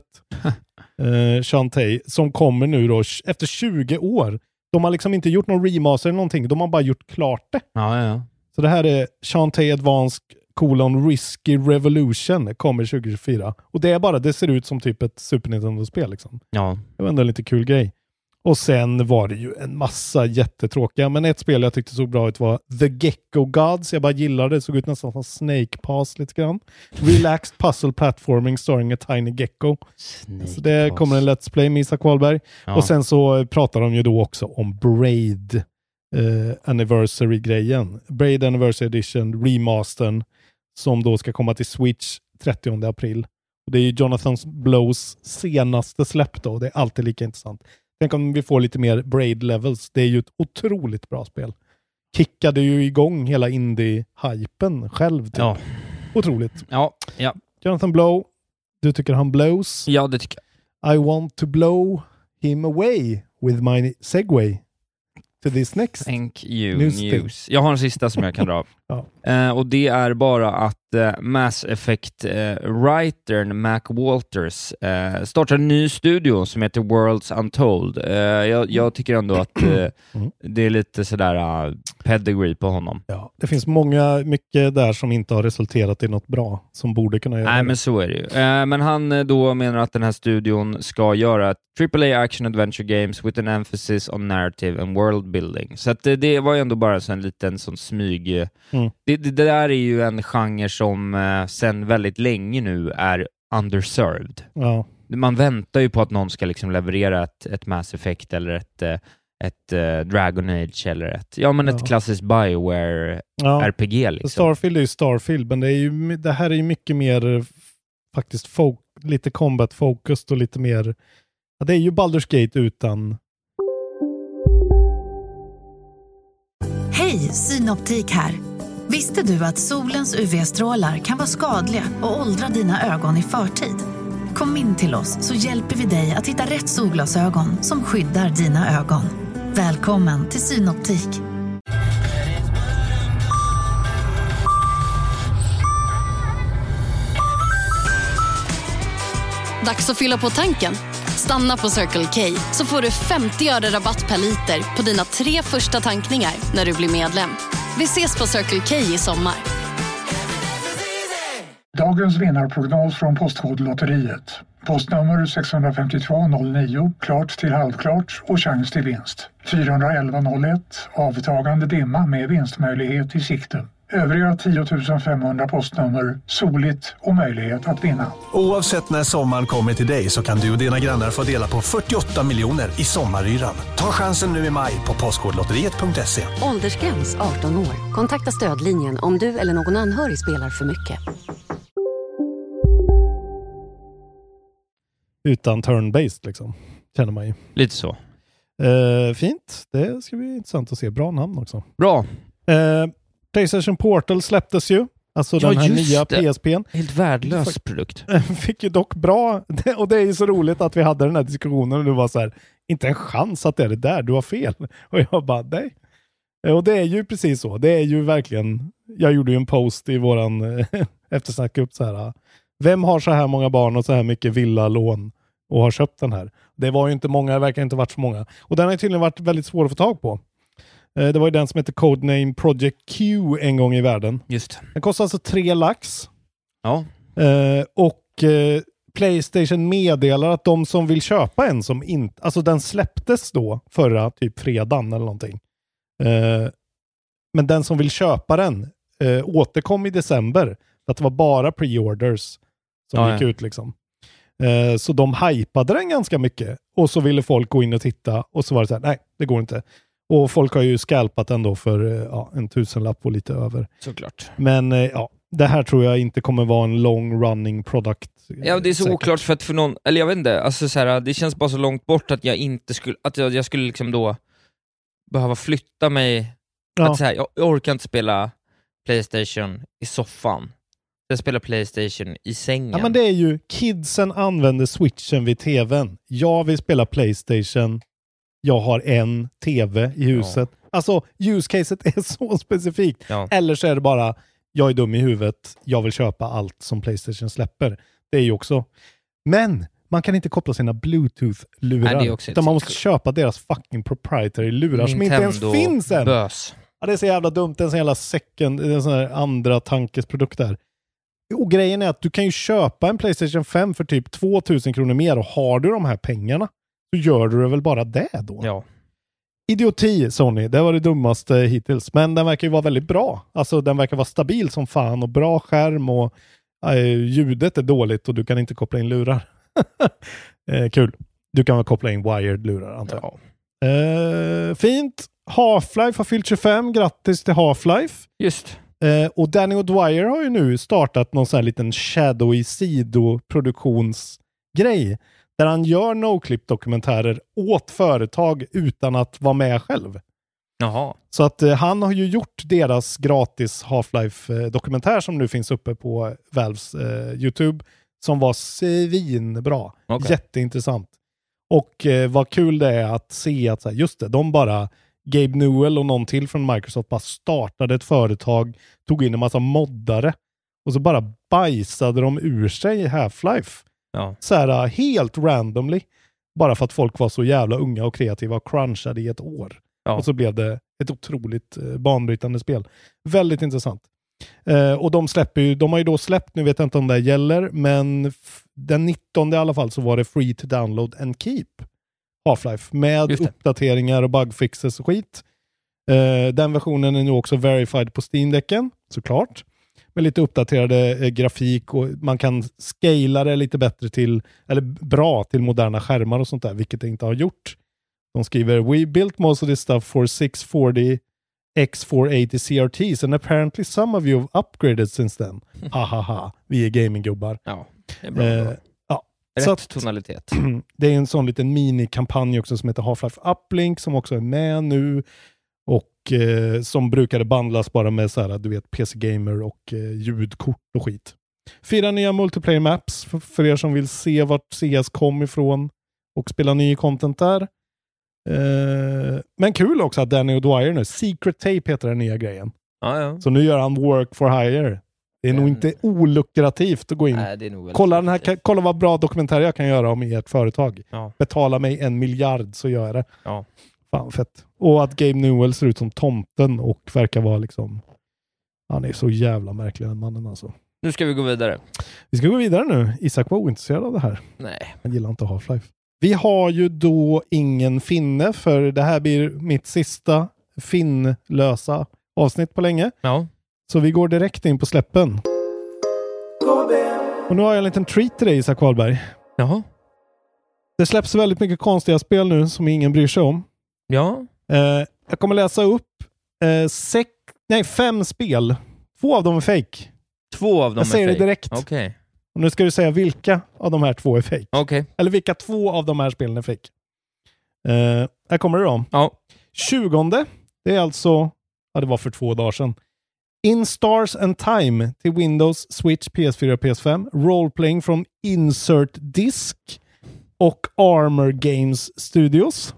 eh, Shantae, som kommer nu då efter tjugo år. De har liksom inte gjort någon remaster eller någonting, de har bara gjort klart det. Ja, ja, ja. Så det här är Shantae Advanced colon Risky Revolution, kommer tjugo tjugofyra. Och det är bara, det ser ut som typ ett Super Nintendo-spel liksom. Ja. Det var ändå en lite kul grej. Och sen var det ju en massa jättetråkiga, men ett spel jag tyckte såg bra ut var The Gecko Gods. Jag bara gillade det, såg ut nästan som Snake Pass lite grann. Relaxed puzzle platforming starring a tiny gecko. Så det Pass. Kommer en Let's Play med Isak Wahlberg. Ja. Och sen så pratar de ju då också om Braid eh, Anniversary-grejen. Braid Anniversary Edition, remastern, som då ska komma till Switch trettionde april. Och det är ju Jonathan Blows senaste släpp då. Det är alltid lika intressant. Tänk om vi får lite mer Braid levels. Det är ju ett otroligt bra spel. Kickade ju igång hela indie-hypen själv. Typ. Ja. Otroligt. Ja, ja. Jonathan Blow, du tycker han blows? Ja, det tycker jag. I want to blow him away with my segway to this next. Thank you, news. news. Jag har en sista som jag kan dra. Ja. Uh, och det är bara att uh, Mass Effect-writern uh, Mac Walters uh, startar en ny studio som heter Worlds Untold. Uh, jag, jag tycker ändå att uh, mm. det är lite sådär uh, pedigree på honom. Ja, det finns många, mycket där som inte har resulterat i något bra, som borde kunna göra. Nej, det. men så är det ju. Uh, men han då menar att den här studion ska göra triple A action adventure games with an emphasis on narrative and world building. Så att uh, det var ju ändå bara en liten sån smyg... Mm. Det, det, det där är ju en genre som uh, sen väldigt länge nu är underserved. Ja. Man väntar ju på att någon ska liksom leverera ett, ett Mass Effect eller ett, ett uh, Dragon Age eller ett, ja, men ett ja. klassiskt BioWare ja. R P G. Liksom. Starfield är ju Starfield, men det, är ju, det här är ju mycket mer faktiskt folk, lite combat-focused och lite mer, ja, det är ju Baldur's Gate utan... Hej, Synoptik här. Visste du att solens U V-strålar kan vara skadliga och åldra dina ögon i förtid? Kom in till oss så hjälper vi dig att hitta rätt solglasögon som skyddar dina ögon. Välkommen till Synoptik. Dags att fylla på tanken. Stanna på Circle K så får du femtio öre rabatt per liter på dina tre första tankningar när du blir medlem. Vi ses på Circle K i sommar. Dagens vinnarprognos från Postkodlotteriet. Postnummer sex fem två noll nio, klart till halvklart och chans till vinst. fyra ett ett noll ett, avtagande dimma med vinstmöjlighet i sikte. Övriga tio tusen femhundra postnummer, soligt och möjlighet att vinna. Oavsett när sommaren kommer till dig så kan du och dina grannar få dela på fyrtioåtta miljoner i sommaryran. Ta chansen nu i maj på postkodlotteriet punkt se. Åldersgräns arton år. Kontakta stödlinjen om du eller någon anhörig spelar för mycket. Utan turn-based liksom, känner man ju. Lite så. Uh, fint, det ska bli intressant att se. Bra namn också. Bra. Uh, PlayStation Portal släpptes ju. Alltså ja, den här nya det. P S P:n. Helt värdelös produkt. Fick ju dock bra, och det är ju så roligt att vi hade den här diskussionen och du var så här, inte en chans att det är det där, du har fel. Och jag bara, nej. Och det är ju precis så. Det är ju verkligen, jag gjorde ju en post i våran eftersnack upp så här, vem har så här många barn och så här mycket villalån och har köpt den här? Det var ju inte många, det verkar inte varit så många. Och den har tydligen varit väldigt svår att få tag på. Det var ju den som heter Codename Project Q en gång i världen. Just. Den kostar alltså tre lax. Ja. Eh, och eh, PlayStation meddelar att de som vill köpa en som inte... Alltså den släpptes då förra typ fredagen eller någonting. Eh, men den som vill köpa den eh, återkom i december. Att det var bara pre-orders som ja, gick ja. ut liksom. Eh, så de hypade den ganska mycket. Och så ville folk gå in och titta. Och så var det så här, nej det går inte. Och folk har ju scalpat ändå för ja, en tusenlapp och lite över. Såklart. Men ja, det här tror jag inte kommer vara en long running product. Ja, det är så säkert. Oklart för att för någon, eller jag vet inte, alltså så här, det känns bara så långt bort att jag inte skulle, att jag, jag skulle liksom då behöva flytta mig. Ja. Att så här, jag, jag orkar inte spela PlayStation i soffan. Jag spelar PlayStation i sängen. Ja, men det är ju, kidsen använder switchen vid tvn. Jag vill spela PlayStation. Jag har en tv i huset. Ja. Alltså, use-caset är så specifikt. Ja. Eller så är det bara, jag är dum i huvudet. Jag vill köpa allt som PlayStation släpper. Det är ju också. Men man kan inte koppla sina Bluetooth-lurar. Nej, utan man måste köpa deras fucking proprietary-lurar som inte ens finns än. Bös. Ja, det är så jävla dumt. Det är en sån jävla second, det är en sån här andra tankesprodukt där. Och grejen är att du kan ju köpa en PlayStation fem för typ tvåtusen kronor mer och har du de här pengarna så gör du det väl bara det då. Ja. Idioti, Sony. Det var det dummaste hittills. Men den verkar ju vara väldigt bra. Alltså den verkar vara stabil som fan och bra skärm och äh, ljudet är dåligt och du kan inte koppla in lurar. eh, kul. Du kan väl koppla in wired lurar antar jag. Ja. Eh, fint. Half-Life har fyllt tjugofem. Grattis till Half-Life. Just. Eh, och Danny O'Dwyer har ju nu startat någon sån här liten shadowy sidoproduktionsgrej där han gör no-clip-dokumentärer åt företag utan att vara med själv. Jaha. Så att eh, han har ju gjort deras gratis Half-Life-dokumentär som nu finns uppe på Valves eh, YouTube som var svinbra. Okay. Jätteintressant. Och eh, vad kul det är att se att så här, just det, de bara Gabe Newell och någon till från Microsoft bara startade ett företag, tog in en massa moddare och så bara bajsade de ur sig Half-Life. Ja. Så här helt randomly. Bara för att folk var så jävla unga och kreativa och crunchade i ett år. Ja. Och så blev det ett otroligt eh, banbrytande spel. Väldigt intressant. Eh, och de släpper ju, de har ju då släppt, nu vet jag inte om det gäller, men f- den nittonde i alla fall så var det free to download and keep Half-Life med uppdateringar och bugfixes och skit. Eh, den versionen är nu också verified på Steam-däcken, såklart. Med lite uppdaterade eh, grafik och man kan scala det lite bättre till, eller bra till moderna skärmar och sånt där, vilket det inte har gjort. De skriver, we built most of this stuff for six forty X four eighty C R Ts and apparently some of you have upgraded since then. Ha ha ha, vi är gaminggubbar. Ja, det är bra. Eh, ja. Rätt Så att, tonalitet. det är en sån liten minikampanj också som heter Half-Life Uplink som också är med nu och eh, som brukade bandlas bara med så här, du vet, P C Gamer och eh, ljudkort och skit. Fyra nya multiplayer maps för, för er som vill se vart C S kom ifrån och spela ny content där. Eh, men kul också att Danny O'Dwyer nu, Secret Tape heter den nya grejen. Ja, ja. Så nu gör han work for hire Det är nog inte olukrativt att gå in. Nej, det är nog kolla, den här, kolla vad bra dokumentär jag kan göra om ert företag. Ja. Betala mig en miljard så gör jag det. Ja. Fan fett. Och att Gabe Newell ser ut som tomten och verkar vara liksom... Han är så jävla märklig den mannen alltså. Nu ska vi gå vidare. Vi ska gå vidare nu. Isak var ointresserad av det här. Nej. Han gillar inte Half-Life. Vi har ju då ingen finne för det här blir mitt sista finnlösa avsnitt på länge. Ja. Så vi går direkt in på släppen. Och nu har jag en liten treat till dig, Isak Wahlberg. Jaha. Det släpps väldigt mycket konstiga spel nu som ingen bryr sig om. Ja. Eh, jag kommer läsa upp eh, sex, nej, fem spel. Två av dem är fake. Två av dem jag är säger fake? det direkt. Okej. Okay. Och nu ska du säga vilka av de här två är fake. Okej. Okay. Eller vilka två av de här spelen är fake. Eh, här kommer det då. Ja. tjugonde. Det är alltså, ja det var för två dagar sedan. In Stars and Time till Windows, Switch, P S fyra och P S fem. Roleplaying från Insert Disc och Armor Games Studios.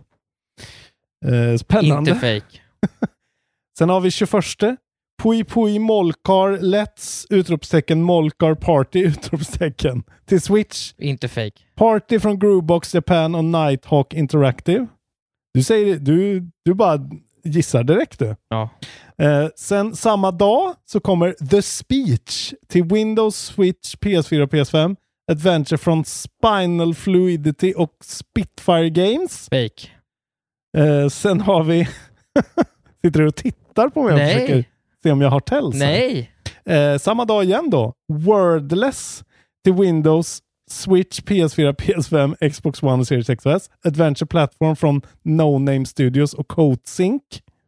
Eh, spännande. Inte fake. Sen har vi tjugoförsta. Pui Pui Molkar Let's utropstecken Molkar Party utropstecken till Switch. Inte fake. Party från Groovebox Japan och Nighthawk Interactive. Du säger du du bara gissar direkt du. Ja. Eh, sen samma dag så kommer The Speech till Windows, Switch, P S fyra och P S fem. Adventure från Spinal Fluidity och Spitfire Games. Fake. Eh, sen har vi sitter du och tittar på mig och Nej. försöker se om jag har tells. Nej. Eh, samma dag igen då. Wordless till Windows, Switch, P S fyra, P S fem, Xbox One och Series X S. Adventure Platform från No Name Studios och CodeSync.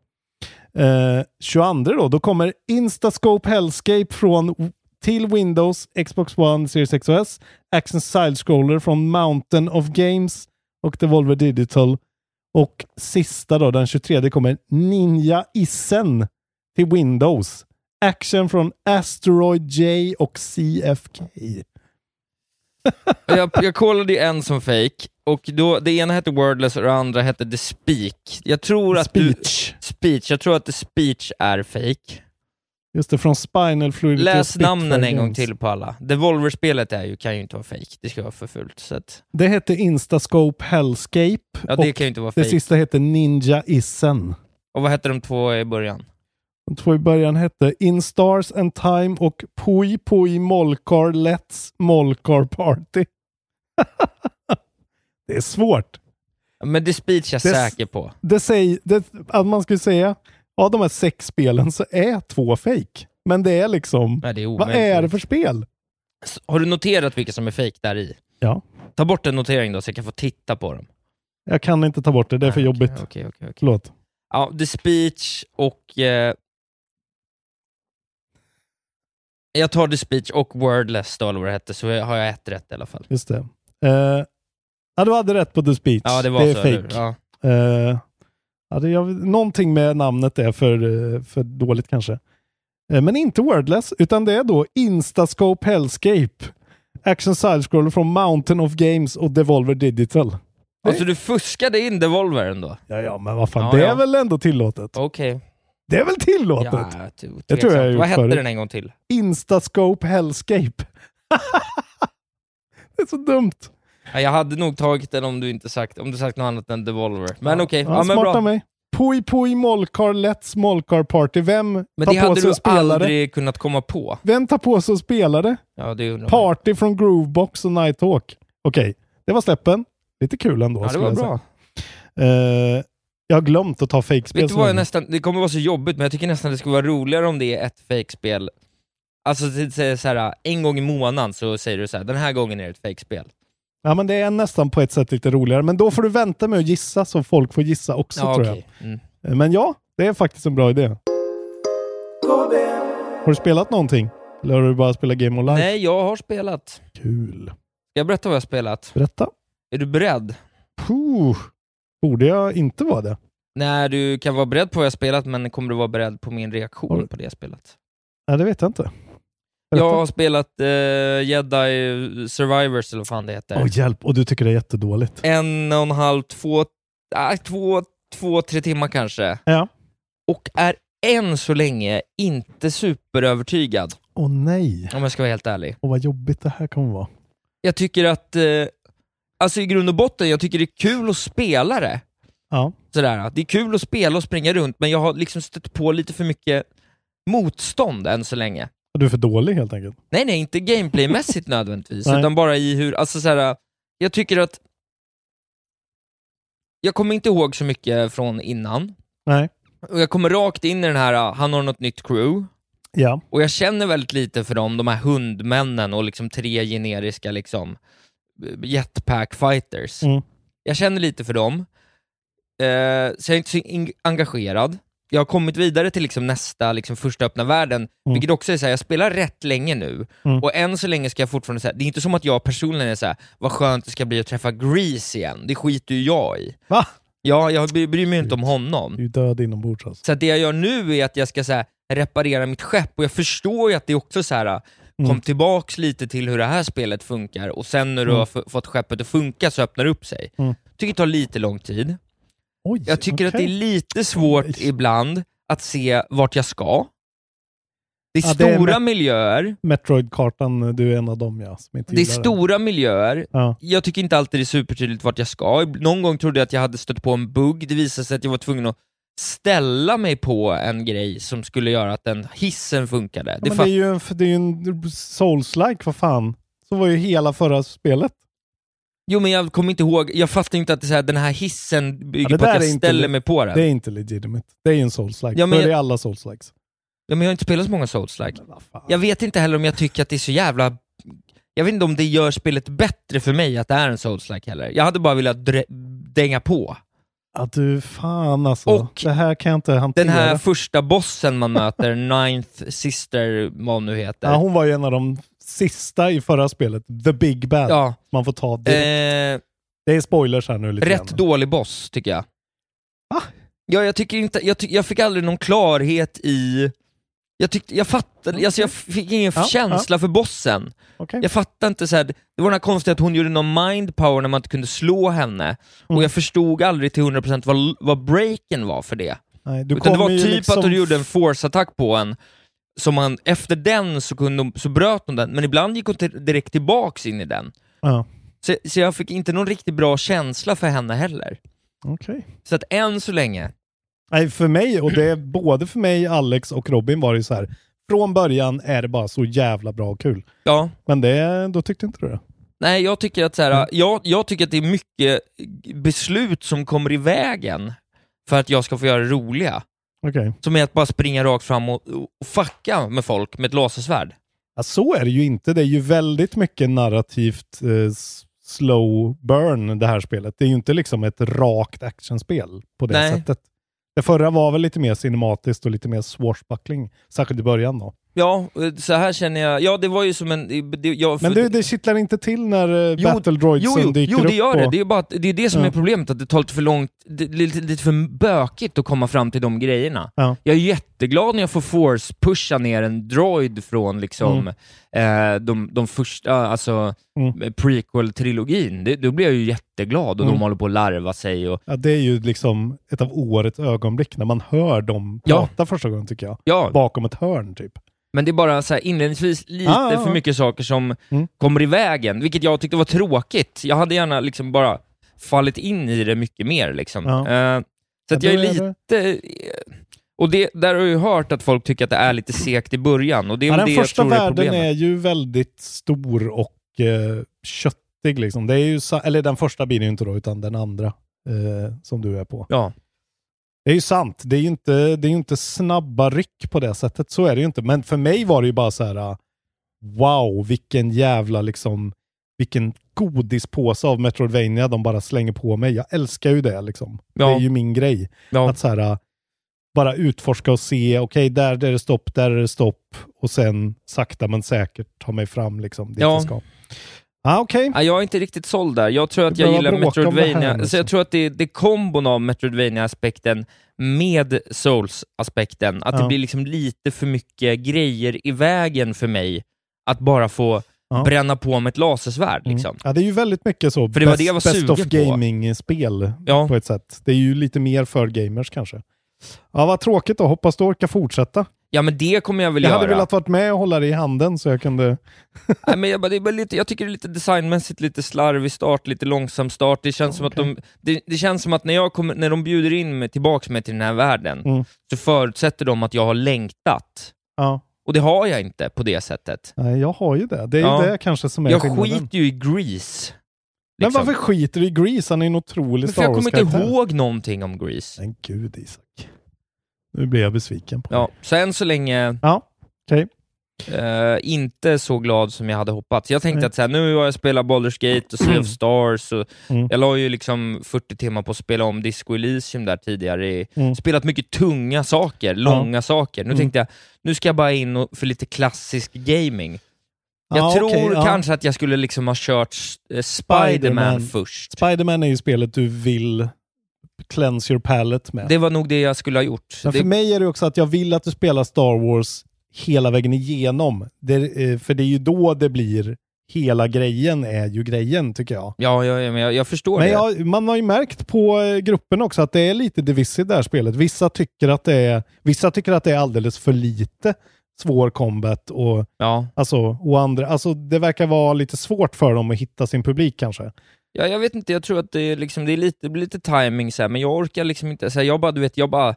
Eh, tjugoandra då, då kommer Instascope Hellscape från till Windows, Xbox One, Series X S. Action Side-Scroller från Mountain of Games och Devolver Digital. Och sista då, den tjugotredje kommer Ninja Isen till Windows. Action från Asteroid J och C F K. jag, jag kollade ju en som fake och då, det ena hette Wordless och det andra hette The Speak. Jag tror att Speech. Du, speech. Jag tror att The Speech är fake. Just det, från Spinal Fluidity. Läs namnen en gång Games. till på alla. Devolver-spelet är ju, kan ju inte vara fake. Det ska vara för fullt. Så att... Det hette Instascope Hellscape. Ja, det kan ju inte vara det fake. sista hette Ninja Isen. Och vad hette de två i början? De två i början hette In Stars and Time och Pui Pui Molkar Let's Molkar Party. Det är svårt. Men The Speech är jag det, säker på. Det säger, det, att man skulle säga av de här sex spelen så är två fake. Men det är liksom, Nej, det är vad är det för spel? Har du noterat vilka som är fake där i? Ja. Ta bort en notering då så jag kan få titta på dem. Jag kan inte ta bort det, det är för Nej, jobbigt. Okej, okej, okej. Förlåt. Ja, The Speech och... Eh, jag tar The Speech och Wordless då, eller vad det hette, så har jag ett rätt i alla fall. Just det. Uh, ja, du hade rätt på The Speech. Ja, det var det är så. fake. Ja. Uh, ja, det, jag, någonting med namnet är för, uh, för dåligt kanske. Uh, men inte Wordless, utan det är då Instascope Hellscape. Action Side-Scroller från Mountain of Games och Devolver Digital. Alltså du fuskade in Devolver ändå? Ja, ja, men vad fan, Ja, det ja. är väl ändå tillåtet? Okej. Okay. Det är väl tillåtet? Ja, t- jag tror jag har gjort Vad hette förut. den en gång till? Instascope Hellscape. Det är så dumt. Ja, jag hade nog tagit den om du inte sagt om du sagt något annat än Devolver. Men ja. okej, okay. ja, ja, men smarta bra. mig. Pui Pui Molkar Let's Molkar Party. Vem men tar det på hade sig du att spela aldrig det? kunnat komma på. Vem tar på sig att spela det? Ja, det undrar Party från Groovebox och Nighthawk. Okej, okay. Det var släppen. Lite kul ändå. Ja, det var bra. Uh, jag har glömt att ta fake-spel. Vet du vad, jag nästan, det kommer vara så jobbigt, men jag tycker nästan det skulle vara roligare om det är ett fake-spel. Alltså så här, en gång i månaden så säger du så här, den här gången är det ett fake-spel. Ja, men det är nästan på ett sätt lite roligare. Men då får du vänta med att gissa så folk får gissa också, ja, tror okay. jag. Mm. Men ja, det är faktiskt en bra idé. Har du spelat någonting? Eller har du bara spelat Game of Life? Nej, jag har spelat. Kul. Ska jag berätta vad jag har spelat? Berätta. Är du beredd? Puh. Borde jag inte vara det? Nej, du kan vara beredd på vad jag har spelat, men kommer du vara beredd på min reaktion har... på det jag spelat? Nej, det vet jag inte. Berätta. Jag har spelat uh, Jedi Survivors, eller vad fan det heter. Åh, oh, hjälp. Och du tycker det är jättedåligt. En och en halv, två, äh, två, två, tre timmar kanske. Ja. Och är än så länge inte superövertygad. Åh oh, nej. Om jag ska vara helt ärlig. Och vad jobbigt det här kommer vara. Jag tycker att, eh, alltså i grund och botten, jag tycker det är kul att spela det. Ja. Sådär, det är kul att spela och springa runt, men jag har liksom stött på lite för mycket motstånd än så länge. Du är för dålig helt enkelt. Nej, nej, inte gameplaymässigt nödvändigtvis, utan bara i hur, alltså såhär, jag tycker att jag kommer inte ihåg så mycket från innan. Nej. Och jag kommer rakt in i den här, han har något nytt crew. Ja. Och jag känner väldigt lite för dem, de här hundmännen och liksom tre generiska liksom jetpack fighters. Mm. Jag känner lite för dem. Eh, så jag är inte så in- engagerad. Jag har kommit vidare till liksom nästa liksom första öppna världen, mm. vilket också är så här, jag spelar rätt länge nu, mm. och än så länge ska jag fortfarande säga, det är inte som att jag personligen är så här, vad skönt det ska bli att träffa Grease igen, det skiter ju jag i. Va? Ja, jag bryr mig inte om honom. Du är död inombords alltså. Så att det jag gör nu är att jag ska så här, reparera mitt skepp, och jag förstår ju att det är också så här, mm. kom tillbaks lite till hur det här spelet funkar, och sen när du mm. har f- fått skeppet att funka så öppnar det upp sig. Mm. Tycker det tar lite lång tid. Oj, jag tycker okay. att det är lite svårt Oj. ibland att se vart jag ska. Det är ja, stora det är met- miljöer. Metroid-kartan, du är en av dem, ja. Som inte det är stora miljöer. Ja. Jag tycker inte alltid det är supertydligt vart jag ska. Någon gång trodde jag att jag hade stött på en bugg. Det visade sig att jag var tvungen att ställa mig på en grej som skulle göra att den hissen funkade. Ja, det, men fa- det är ju en, det är ju en Souls-like, vad fan. Så var ju hela förra spelet. Jo, men jag kommer inte ihåg, jag fattar inte att det är så här, den här hissen bygger ja, på att jag ställer le- mig på den. Det är inte legitimate. Det är ju en Souls-like. Ja, men För jag, det är alla Souls-likes. Ja, men jag har inte spelat så många Souls-like. Jag vet inte heller om jag tycker att det är så jävla... Jag vet inte om det gör spelet bättre för mig att det är en Souls-like heller. Jag hade bara velat dre- dänga på. Ja, du fan alltså. Och det här kan jag inte hantera. Den här första bossen man möter, Ninth Sister, vad nu heter. Ja, hon var ju en av de sista i förra spelet. The Big Bad. Ja. Man får ta det. Eh, det är spoilers här nu lite Rätt grann. dålig boss, tycker jag. Va? Ja, jag tycker inte... Jag, ty- jag fick aldrig någon klarhet i... Jag tyckte... Jag fattade... Okay. Alltså jag fick ingen ja, känsla ja. för bossen. Okay. Jag fattade inte så här. Det var den här konstiga att hon gjorde någon mind power när man inte kunde slå henne. Mm. Och jag förstod aldrig till hundra procent vad, vad breaken var för det. Nej, du Utan det var typ liksom... att hon gjorde en force-attack på en. Som man, efter den så, kunde hon, så bröt hon den. Men ibland gick hon till, direkt tillbaks in i den. Ja. Så, så jag fick inte någon riktigt bra känsla för henne heller. Okej. Okay. Så att än så länge... Nej, för mig, och det är både för mig, Alex och Robin var det så här. Från början är det bara så jävla bra och kul. Ja. Men det, då tyckte inte du det? Nej, jag tycker att så här, mm. jag, jag tycker att det är mycket beslut som kommer i vägen för att jag ska få göra det roliga. Okay. Som är att bara springa rakt fram och, och fucka med folk med ett lasersvärd. Ja, så är det ju inte. Det är ju väldigt mycket narrativt eh, slow burn det här spelet. Det är ju inte liksom ett rakt actionspel på det Nej. sättet. Det förra var väl lite mer cinematiskt och lite mer swashbuckling, särskilt i början då. Ja, så här känner jag. Ja, det var ju som en... Det, jag, Men det, det kittlar inte till när uh, jo, Battle Droidsen jo, jo, dyker jo, upp. Jo, det gör och... det. Det är bara att, det är det som ja. är problemet, att det tar lite för långt, det är lite, lite för bökigt att komma fram till de grejerna. Ja. Jag är jätteglad när jag får force-pusha ner en droid från liksom mm. eh, de, de första, alltså mm. prequel-trilogin. Det, då blir jag ju jätteglad och mm. de håller på att larva sig. Och... Ja, det är ju liksom ett av årets ögonblick när man hör dem prata ja. första gången, tycker jag. Ja. Bakom ett hörn, typ. Men det är bara så här inledningsvis lite ah, ja, ja. för mycket saker som mm. kommer i vägen, vilket jag tyckte var tråkigt. Jag hade gärna liksom bara fallit in i det mycket mer liksom. Ja. Uh, så att ja, jag är lite... Det. Och det, där har jag ju hört att folk tycker att det är lite segt i början. Och det är ja, det den jag första tror är världen problemet. är ju väldigt stor och uh, köttig liksom. Det är ju, eller den första bilen ju inte då, utan den andra uh, som du är på. Ja. Det är ju sant. Det är ju inte, det är inte snabba ryck på det sättet. Så är det ju inte. Men för mig var det ju bara så här: wow, vilken jävla liksom, vilken godispåse av Metroidvania de bara slänger på mig. Jag älskar ju det liksom. Ja. Det är ju min grej. Ja. Att så här, bara utforska och se, okej, okay, där, där är det stopp, där är det stopp. Och sen sakta men säkert ta mig fram liksom dit ja. jag ska. Ah, okay. Ja, jag är inte riktigt såld där. Jag tror att jag gillar Metroidvania. Här, så jag tror att det är, det är kombon av Metroidvania-aspekten med Souls-aspekten. Att ja. det blir liksom lite för mycket grejer i vägen för mig att bara få ja. bränna på med ett lasersvärd. Liksom. Mm. Ja, det är ju väldigt mycket så. För det best, var det jag var best of gaming-spel ja. på ett sätt. Det är ju lite mer för gamers kanske. Ja, vad tråkigt då. Hoppas du orkar fortsätta. Ja, men det kommer jag väl jag göra. Jag hade velat varit med och hålla det i handen så jag kunde... Nej, men jag, bara, det är bara lite, jag tycker det är lite designmässigt, lite slarvig start, lite långsam start. Det känns, okay. som, att de, det, det känns som att när, jag kommer, när de bjuder in mig tillbaka mig till den här världen mm. så förutsätter de att jag har längtat. Ja. Och det har jag inte på det sättet. Nej, jag har ju det. Det är ja. ju det kanske som är jag skillnaden. Jag skiter ju i Grease. Men liksom. Varför skiter du i Grease? Han är en otrolig Star Wars-karaktär. Jag kommer inte ihåg någonting om Grease. Men gud, Isak. Nu blir jag besviken på ja, det. Så än så länge ja, okay. uh, inte så glad som jag hade hoppats. Jag tänkte mm. att så här, nu har jag spelat Baldur's Gate och Sea of Stars och mm. jag la ju liksom fyrtio timmar på att spela om Disco Elysium där tidigare. Mm. Spelat mycket tunga saker, långa ja. saker. Nu mm. tänkte jag, nu ska jag bara in och, för lite klassisk gaming. Jag ah, tror okay, kanske ja. att jag skulle liksom ha kört uh, Spider-Man, Spider-Man först. Spider-Man är ju spelet du vill cleanse your palette med. Det var nog det jag skulle ha gjort. Men för det... mig är det också att jag vill att du spelar Star Wars hela vägen igenom. Det, för det är ju då det blir hela grejen är ju grejen, tycker jag. Ja, ja, men jag, jag förstår men det. Jag, man har ju märkt på gruppen också att det är lite divisive det här spelet. Vissa tycker att det är, vissa tycker att det är alldeles för lite svår combat och, ja. alltså, och andra. Alltså, det verkar vara lite svårt för dem att hitta sin publik kanske. Ja, jag vet inte, jag tror att det är, liksom, det är lite, det blir lite timing så här, men jag orkar liksom inte, så här, jag bara, du vet, jag bara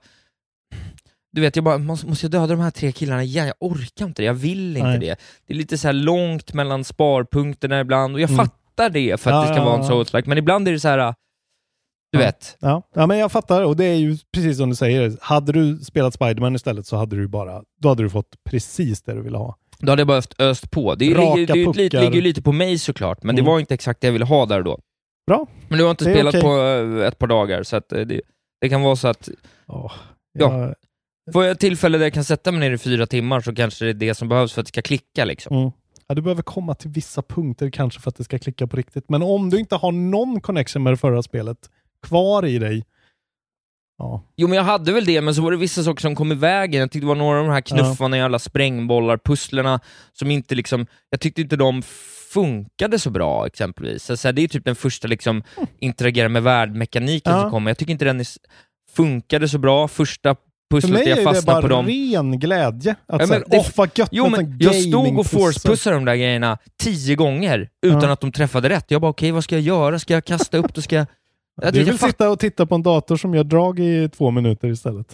du vet, jag bara, måste, måste jag döda de här tre killarna igen? Jag orkar inte det, jag vill inte Nej. det. Det är lite så här långt mellan sparpunkterna ibland, och jag mm. fattar det för att ja, det ska ja, vara en Souls-like, men ibland är det så här, du ja. vet. Ja. ja, men jag fattar, och det är ju precis som du säger, hade du spelat Spider-Man istället så hade du bara, då hade du fått precis det du ville ha. Då hade jag bara öst på. Det, är, det, det lite, ligger ju lite på mig såklart, men mm. det var inte exakt det jag ville ha där då. Bra. Men du har inte spelat okay. på ett par dagar, så att det, det kan vara så att oh, ja. ja. Får jag tillfälle där jag kan sätta mig ner i fyra timmar så kanske det är det som behövs för att det ska klicka liksom. Mm. Ja, du behöver komma till vissa punkter kanske för att det ska klicka på riktigt. Men om du inte har någon connection med det förra spelet kvar i dig. Ja. Jo, men jag hade väl det, men så var det vissa saker som kom i vägen. Jag tyckte det var några av de här knuffarna ja. i alla sprängbollar, pusslerna som inte liksom, jag tyckte inte de funkade så bra exempelvis. Så, så här, det är typ den första liksom mm. interagera med världmekaniken ja. som kommer. Jag tycker inte den är, funkade så bra. Första pusslet jag fastnade på dem. För mig är det bara ren glädje. Att ja, men, det, oh, vad gött jo, men jag stod och force-pussade de där grejerna tio gånger utan ja. att de träffade rätt. Jag bara, okej, okay, vad ska jag göra? Ska jag kasta upp det? Ska jag... jag du vill fatt... sitta och titta på en dator som gör drag i två minuter istället.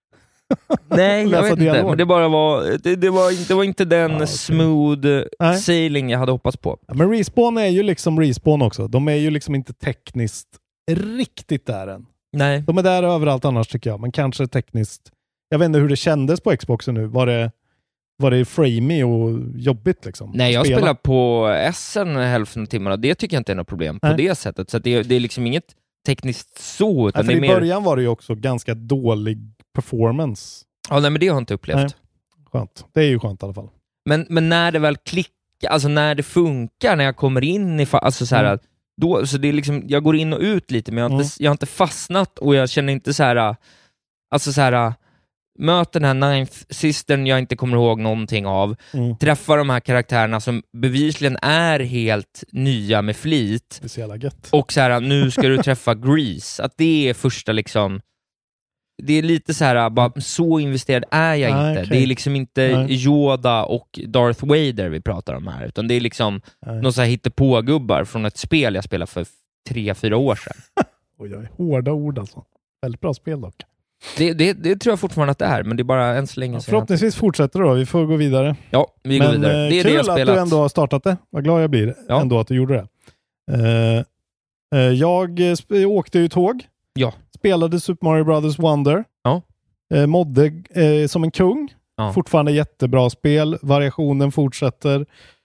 Nej, jag vet inte. Men det bara var det, det var, det var inte den ah, okay. smooth Nej. sailing jag hade hoppats på. Ja, men Respawn är ju liksom Respawn också. De är ju liksom inte tekniskt riktigt där än. Nej. De är där överallt annars tycker jag. Men kanske tekniskt. Jag vet inte hur det kändes på Xboxen nu. Var det, var det framey och jobbigt liksom? Nej, jag Spela. spelar på S en hälften av timmarna. Det tycker jag inte är något problem på Nej. det sättet. Så det, det är liksom inget tekniskt så. Utan Nej, för det är i mer... början var det ju också ganska dålig performance. Ja, nej, men det har jag inte upplevt. Nej. Skönt. Det är ju skönt i alla fall. Men, men när det väl klickar, alltså när det funkar, när jag kommer in i fa- alltså så här, mm. då, så det är liksom, jag går in och ut lite, men jag har, mm. inte, jag har inte fastnat och jag känner inte så här, alltså så här, möter den här Ninth Sistern jag inte kommer ihåg någonting av, mm. träffar de här karaktärerna som bevisligen är helt nya med flit. Det är så jävla gött. Och så här, nu ska du träffa Grease. Att det är första liksom, det är lite så här, bara, så investerad är jag Nej, inte. okay. Det är liksom inte Nej. Yoda och Darth Vader vi pratar om här, utan det är liksom Nej. någon så här hittepågubbar från ett spel jag spelade för tre, fyra år sedan. Oj, oj, hårda ord alltså. Väldigt bra spel dock. Det, det, det tror jag fortfarande att det är, men det är bara än så länge. Ja, förhoppningsvis jag... fortsätter då, vi får gå vidare. Ja, vi går men, vidare. Det är kul det jag att spelat. du ändå har startat det. Vad glad jag blir ja. ändå att du gjorde det. Uh, uh, jag sp- åkte ju tåg. Ja. Spelade Super Mario Brothers Wonder. Ja. Uh, modde uh, som en kung. Ja. Fortfarande jättebra spel. Variationen fortsätter.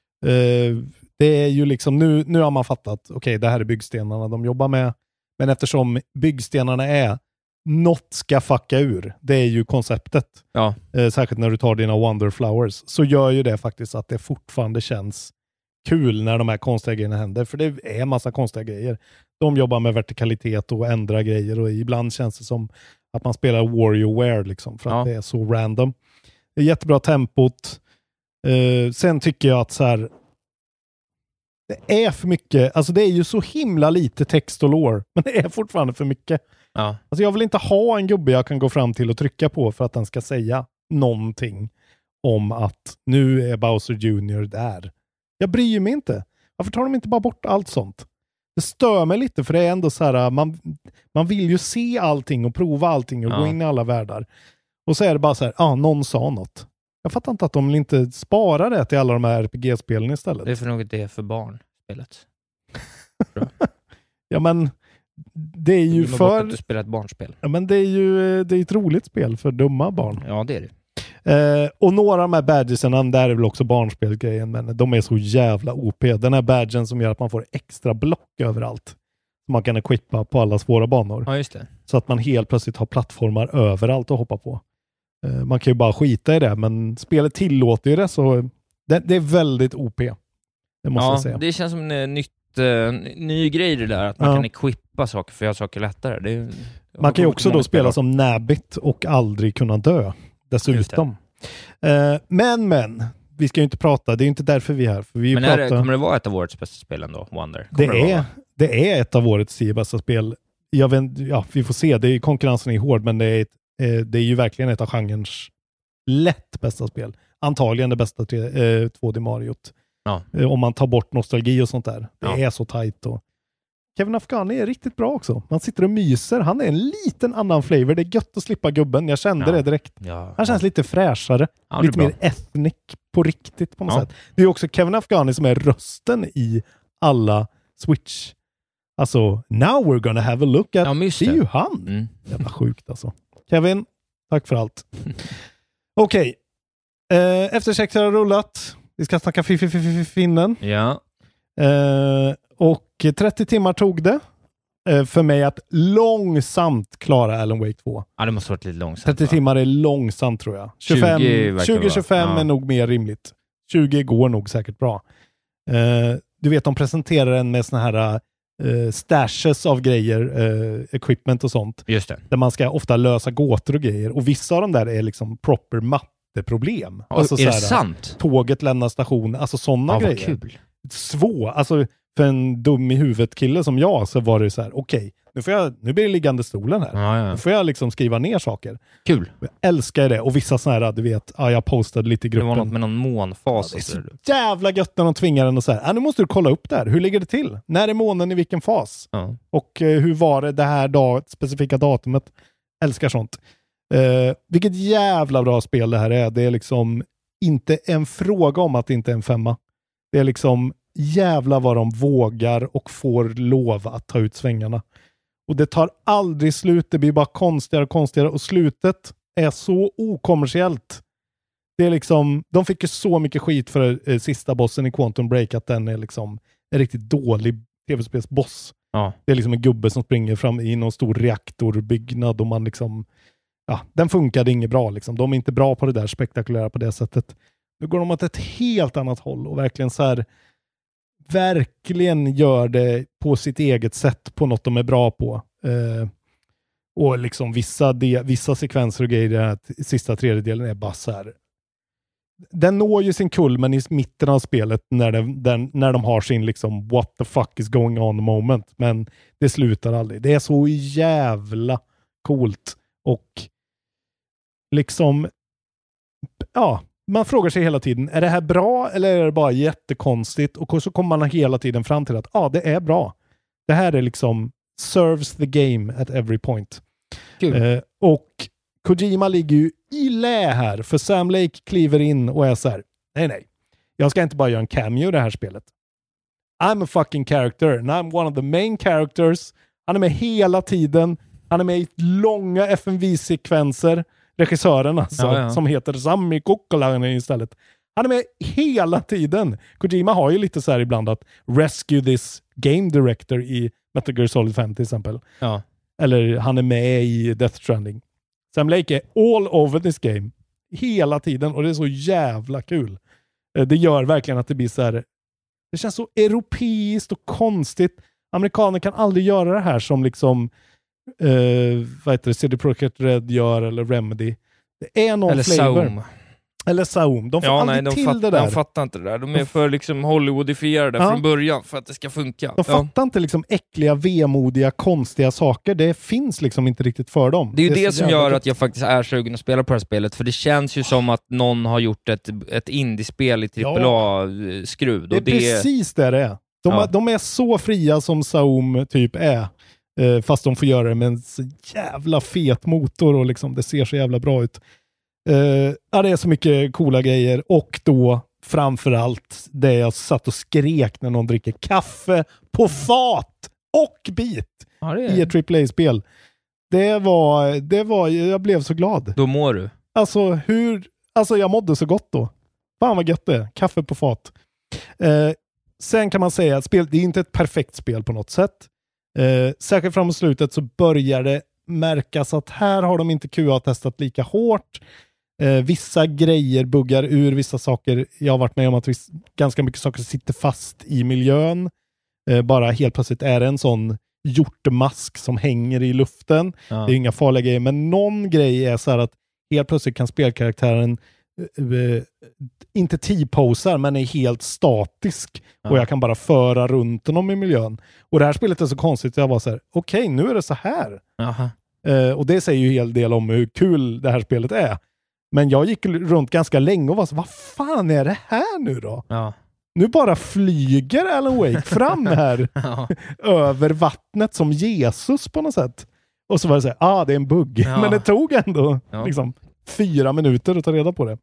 Uh, det är ju liksom, nu, nu har man fattat, okej, okay, det här är byggstenarna de jobbar med. Men eftersom byggstenarna är något ska fucka ur. Det är ju konceptet. Ja. Eh, särskilt när du tar dina Wonder Flowers. Så gör ju det faktiskt att det fortfarande känns kul när de här konstiga grejerna händer. För det är en massa konstiga grejer. De jobbar med vertikalitet och ändrar grejer. Och ibland känns det som att man spelar WarioWare liksom. För att ja. det är så random. Det är jättebra tempot. Eh, sen tycker jag att så här, Det är för mycket, alltså det är ju så himla lite text och lore, men det är fortfarande för mycket. Ja. Alltså jag vill inte ha en gubbe jag kan gå fram till och trycka på för att den ska säga någonting om att nu är Bowser junior där. Jag bryr mig inte. Varför tar de inte bara bort allt sånt? Det stör mig lite, för det är ändå så här, man, man vill ju se allting och prova allting och ja. gå in i alla världar. Och så är det bara så här, ja, ah, någon sa något. Jag fattar inte att de vill inte spara det till alla de här R P G-spelen istället. Det är för något det är för barn, spelet. Ja, men det är ju för... att du spelar ett barnspel. Ja, men det är ju det är ett roligt spel för dumma barn. Ja, det är det. Eh, och några av de här badgesarna, där är väl också barnspelgrejen, men de är så jävla O P. Den här badgen som gör att man får extra block överallt. Man kan equippa på alla svåra banor. Ja, just det. Så att man helt plötsligt har plattformar överallt att hoppa på. Eh, man kan ju bara skita i det, men spelet tillåter ju det, så det, det är väldigt O P. Det måste ja, jag säga. Det känns som en nytt, uh, ny grej det där, att man ja. kan equippa saker för att göra saker lättare. Det är, man kan ju också då spela som Nabbit och aldrig kunna dö. Dessutom. Uh, men, men, vi ska ju inte prata, det är ju inte därför vi är här. För vi men pratar, är det, kommer det vara ett av årets bästa spel ändå, Wonder? Det, det, är, det är ett av årets tio bästa spel. Jag vet, ja, vi får se, det är, konkurrensen är hård, men det är, ett, det är ju verkligen ett av genrens lätt bästa spel. Antagligen det bästa tre, eh, två D Mariot. Ja. Eh, om man tar bort nostalgi och sånt där. Det ja. är så tajt. Och Kevin Afghani är riktigt bra också. Man sitter och myser. Han är en liten annan flavor. Det är gött att slippa gubben. Jag kände ja. det direkt. Ja. Han känns lite fräschare. Ja, lite mer ethnic på riktigt på något ja. sätt. Det är också Kevin Afghani som är rösten i alla Switch. Alltså, now we're gonna have a look at... Ja, det är ju han. Mm. Jävla sjukt alltså. Kevin, tack för allt. Okej. Okay. Eh, eftersexer har rullat. Vi ska snacka finnen. Ja. Eh, och trettio timmar tog det eh, för mig att långsamt klara Alan Wake två. Ja, det måste varit lite långsamt. trettio va? Timmar är långsamt tror jag. tjugofem, tjugo tjugofem ja. är nog mer rimligt. tjugo går nog säkert bra. Eh, du vet, de presenterar den med såna här uh, stashes av grejer, uh, equipment och sånt. Just det. Där man ska ofta lösa gåtor och grejer. Och vissa av dem där är liksom proper matteproblem. Oh, alltså, är så här, det sant? Tåget lämnar station, alltså sådana ja, grejer. Kul. Svår, alltså för en dum i huvudet kille som jag så var det så här, okej, okay, nu får jag, nu blir det liggande stolen här. Ja, ja. Nu får jag liksom skriva ner saker. Kul. Jag älskar det. Och vissa sådana här, du vet, ja, jag postade lite i gruppen. Det var något med någon månfas. Ja, det är så jävla gött när de tvingar en och så här, ja, nu måste du kolla upp det här. Hur ligger det till? När är månen i vilken fas? Ja. Och eh, hur var det det här dag, specifika datumet? Älskar sånt. Eh, vilket jävla bra spel det här är. Det är liksom inte en fråga om att det inte är en femma. Det är liksom jävla vad de vågar och får lov att ta ut svängarna. Och det tar aldrig slut. Det blir bara konstigare och konstigare. Och slutet är så okommersiellt. Det är liksom, de fick ju så mycket skit för eh, sista bossen i Quantum Break att den är liksom en riktigt dålig tv-spelsboss. Ja. Det är liksom en gubbe som springer fram i någon stor reaktorbyggnad och man liksom, ja, den funkade inget bra liksom. De är inte bra på det där spektakulära på det sättet. Nu går de åt ett helt annat håll och verkligen så här verkligen gör det på sitt eget sätt på något de är bra på. Eh, och liksom vissa, de, vissa sekvenser och grejer i den här t- sista tredjedelen är bara så här. Den når ju sin kulmen i mitten av spelet när, det, den, när de har sin liksom what the fuck is going on moment. Men det slutar aldrig. Det är så jävla coolt och liksom ja, man frågar sig hela tiden, är det här bra eller är det bara jättekonstigt? Och så kommer man hela tiden fram till att ja, det är bra. Det här är liksom serves the game at every point. Eh, och Kojima ligger ju i lä här, för Sam Lake kliver in och är så här, nej nej, jag ska inte bara göra en cameo i det här spelet. I'm a fucking character and I'm one of the main characters. Han är med hela tiden. Han är med i långa F M V-sekvenser. Regissören alltså, ja, ja. som heter Sami Kokkola istället. Han är med hela tiden. Kojima har ju lite så här ibland att rescue this game director i Metal Gear Solid fem till exempel. Ja. Eller han är med i Death Stranding. Sam Lake är all over this game. Hela tiden. Och det är så jävla kul. Det gör verkligen att det blir så här. Det känns så europeiskt och konstigt. Amerikaner kan aldrig göra det här som liksom Uh, vad heter det, C D Projekt Red gör eller Remedy. Det är någon eller flavor. Saum. Eller Saum. De får ja, aldrig nej, de till fatt, det där. De fattar inte det där. De är för liksom Hollywoodifierade ja. från början för att det ska funka. De ja. fattar inte liksom äckliga, vemodiga, konstiga saker. Det finns liksom inte riktigt för dem. Det är ju det, det är som gör gott. Att jag faktiskt är sugen att spela på det här spelet. För det känns ju som att någon har gjort ett, ett indiespel i trippel A-skruv. Det är det precis det det är. De, ja. de är så fria som Saum typ är. Eh, fast de får göra det med en så jävla fet motor och liksom, det ser så jävla bra ut. Uh, ja, det är så mycket coola grejer och då framförallt det jag satt och skrek när någon dricker kaffe på fat och bit ja, i ett triple A-spel. Det var, det var, jag blev så glad. Då mår du. Alltså, hur, alltså jag mådde så gott då. Fan vad gött det är. Kaffe på fat. Uh, sen kan man säga att spel, det är inte ett perfekt spel på något sätt. Uh, särskilt framåt slutet så börjar det märkas att här har de inte Q A-testat lika hårt. Eh, vissa grejer buggar ur, vissa saker, jag har varit med om att viss, ganska mycket saker sitter fast i miljön. Eh, bara helt plötsligt är det en sån hjortmask som hänger i luften. Ja. Det är inga farliga grejer, men någon grej är så här att helt plötsligt kan spelkaraktären eh, inte T-posar, men är helt statisk. Ja. Och jag kan bara föra runt honom i miljön. Och det här spelet är så konstigt, jag var så här, okej, okay, nu är det så här. Eh, och det säger ju en hel del om hur kul det här spelet är. Men jag gick runt ganska länge och var så, vad fan är det här nu då? Ja. Nu bara flyger Alan Wake fram här ja. över vattnet som Jesus på något sätt. Och så var det så här, ah det är en bugg. Ja. Men det tog ändå ja. liksom fyra minuter att ta reda på det.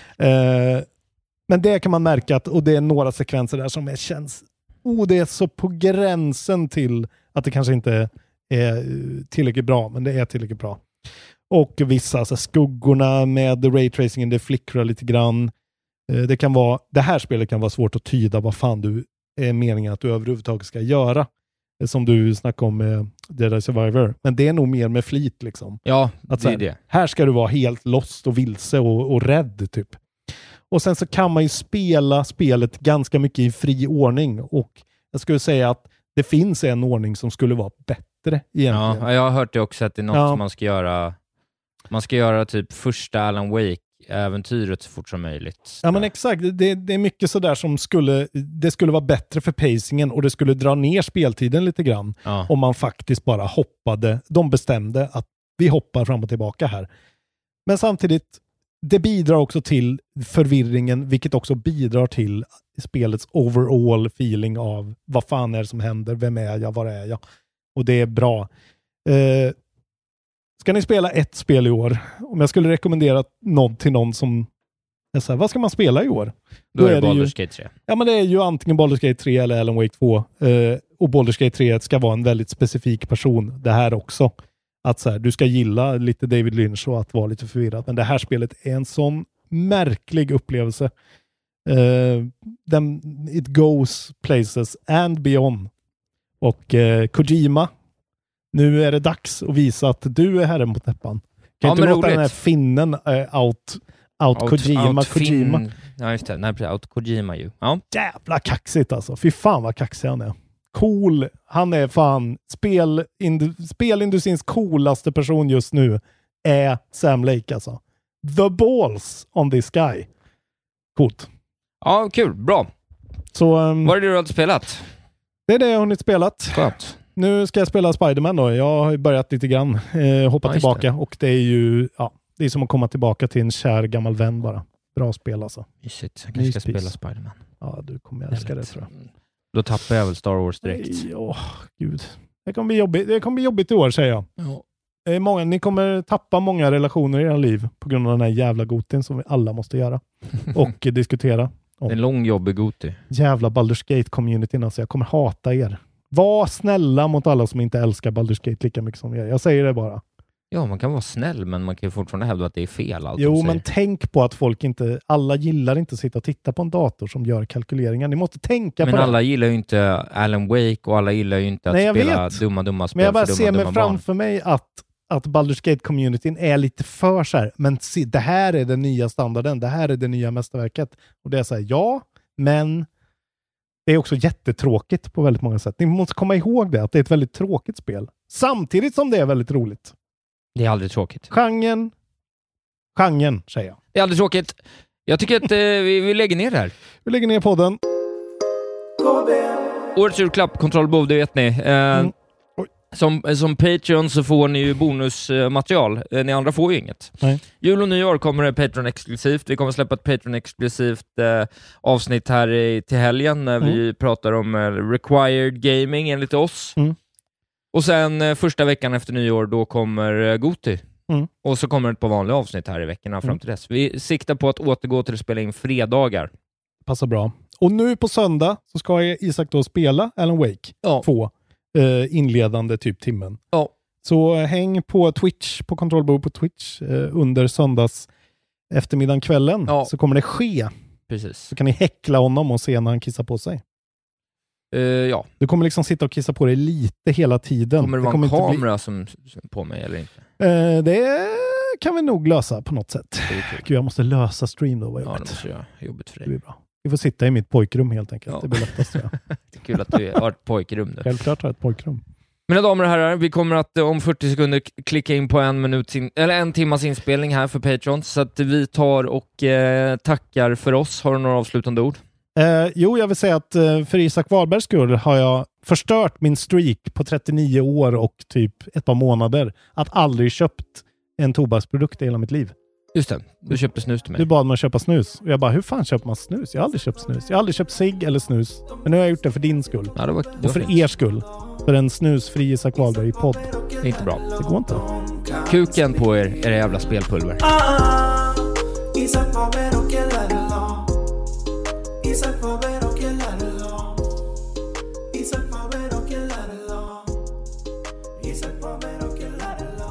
Eh, men det kan man märka att, och det är några sekvenser där som är, känns, oh det är så på gränsen till att det kanske inte är tillräckligt bra, men det är tillräckligt bra. Och vissa alltså, skuggorna med raytracingen, det flickrar lite grann. Eh, det kan vara, det här spelet kan vara svårt att tyda vad fan du är meningen att du överhuvudtaget ska göra. Eh, som du snackade om med Jedi Survivor. Men det är nog mer med flit liksom. Ja, att, det är här, det. Här ska du vara helt lost och vilse och, och rädd typ. Och sen så kan man ju spela spelet ganska mycket i fri ordning. Och jag skulle säga att det finns en ordning som skulle vara bättre egentligen. Ja, jag har hört det också att det är något ja. som man ska göra. Man ska göra typ första Alan Wake-äventyret så fort som möjligt. Ja men exakt, det, det är mycket sådär som skulle, det skulle vara bättre för pacingen och det skulle dra ner speltiden lite grann. Ja. Om man faktiskt bara hoppade, de bestämde att vi hoppar fram och tillbaka här. Men samtidigt, det bidrar också till förvirringen, vilket också bidrar till spelets overall feeling av vad fan är det som händer, vem är jag, var är jag? Och det är bra. Eh, Ska ni spela ett spel i år? Om jag skulle rekommendera någon till någon som är så här, vad ska man spela i år? Då, Då är det Baldur's Gate tre. Ja, men det är ju antingen Baldur's Gate tre eller Alan Wake två. Eh, och Baldur's Gate tre ska vara en väldigt specifik person. Det här också. Att så här, du ska gilla lite David Lynch och att vara lite förvirrad. Men det här spelet är en sån märklig upplevelse. Eh, den, it goes places and beyond. Och eh, Kojima, nu är det dags att visa att du är herren mot näppan. Kan ja, inte låta roligt. Den här finnen uh, out, out, out Kojima. Out Kojima. Fin... Ja just det, nej, out Kojima ju. Ja. Jävla kaxigt alltså. Fy fan vad kaxig han är. Cool. Han är fan spelindu- spelindustrins coolaste person just nu är Sam Lake alltså. The balls on this guy. Coolt. Ja, kul. Bra. Så, um, vad är det du har spelat? Det är det jag har hunnit spelat. Skönt. Nu ska jag spela Spider-Man då. Jag har börjat lite grann. Eh, hoppa ja, tillbaka. Det. Och det är ju ja, det är som att komma tillbaka till en kär gammal vän bara. Bra spel alltså. Mysigt. Jag kanske ska spela Spider-Man. Ja, du kommer älska det tror jag. Då tappar jag väl Star Wars direkt. Ja, oh, gud. Det kommer bli jobbigt. Det kommer bli jobbigt i år säger jag. Ja. Det är många, ni kommer tappa många relationer i era liv på grund av den här jävla gotin som vi alla måste göra. Och diskutera. Om. En lång jobb i goti. Jävla Baldur's Gate-communityn alltså. Jag kommer hata er. Var snälla mot alla som inte älskar Baldur's Gate lika mycket som jag. Jag säger det bara. Ja, man kan vara snäll men man kan ju fortfarande hävda att det är fel. Allt jo, men tänk på att folk inte, alla gillar inte att sitta och titta på en dator som gör kalkyleringar. Ni måste tänka men på det. Men alla gillar ju inte Alan Wake och alla gillar ju inte att Nej, spela vet. dumma, dumma spel. Men jag bara för ser dumma, mig dumma framför barn. mig att, att Baldur's Gate-communityn är lite för så här. Men se, det här är den nya standarden. Det här är det nya mästerverket. Och det är så här, ja, men det är också jättetråkigt på väldigt många sätt. Ni måste komma ihåg det, att det är ett väldigt tråkigt spel. Samtidigt som det är väldigt roligt. Det är aldrig tråkigt. Genren. Genren, säger jag. Det är aldrig tråkigt. Jag tycker att eh, vi, vi lägger ner det här. Vi lägger ner podden. Årets julklapp, kontrollbehov, det vet ni. Eh, mm. som, som Patreon så får ni ju bonusmaterial. Eh, ni andra får ju inget. Nej. Jul och nyår kommer det Patreon-exklusivt. Vi kommer släppa ett Patreon-exklusivt eh, avsnitt här i, till helgen när mm. vi pratar om eh, required gaming enligt oss. Mm. Och sen eh, första veckan efter nyår då kommer eh, Goti. Mm. Och så kommer det ett par vanliga avsnitt här i veckorna fram till dess. Vi siktar på att återgå till att spela in fredagar. Passar bra. Och nu på söndag så ska Isak då spela Alan Wake ja. på eh, inledande typ timmen. Ja. Så häng på Twitch, på kontrollbehov på Twitch eh, under söndags eftermiddagen kvällen ja. så kommer det ske. Precis. Så kan ni häckla honom och se när han kissar på sig. Uh, ja. Du kommer liksom sitta och kissa på dig lite hela tiden. Kommer det, det vara kommer en kamera bli... som, som på mig eller inte? Uh, det kan vi nog lösa på något sätt. Gud, jag måste lösa stream då. Vad ja, det måste jag. Jobbigt för dig. Det blir bra. Vi får sitta i mitt pojkrum helt enkelt. Ja. Det blir lättast. Ja. Det är kul att du har ett pojkrum nu. Självklart har jag ett pojkrum. Mina damer och herrar, vi kommer att om fyrtio sekunder klicka in på en minut in, eller en timmas inspelning här för Patreon. Så att vi tar och eh, tackar för oss. Har du några avslutande ord? Eh, jo, jag vill säga att eh, för Isak Wahlbergs skull har jag förstört min streak på trettionio år och typ ett par månader att aldrig köpt en tobaksprodukt i hela mitt liv. Just det, du köpte snus till mig. Du bad mig att köpa snus. Och jag bara, hur fan köper man snus? Jag har aldrig köpt snus. Jag har aldrig köpt cigg eller snus. Men nu har jag gjort det för din skull. Ja, det var, det var och för fint. er skull. För en snusfri Isak Wahlberg i podd. Det är inte bra. Det går inte. Kuken på er är det jävla spelpulver. Ah, Isak Wahlberg och Kellarla. Isak Wahlberg och Kellarla. Isak Wahlberg och Kellarla. Isak Wahlberg och Kellarla.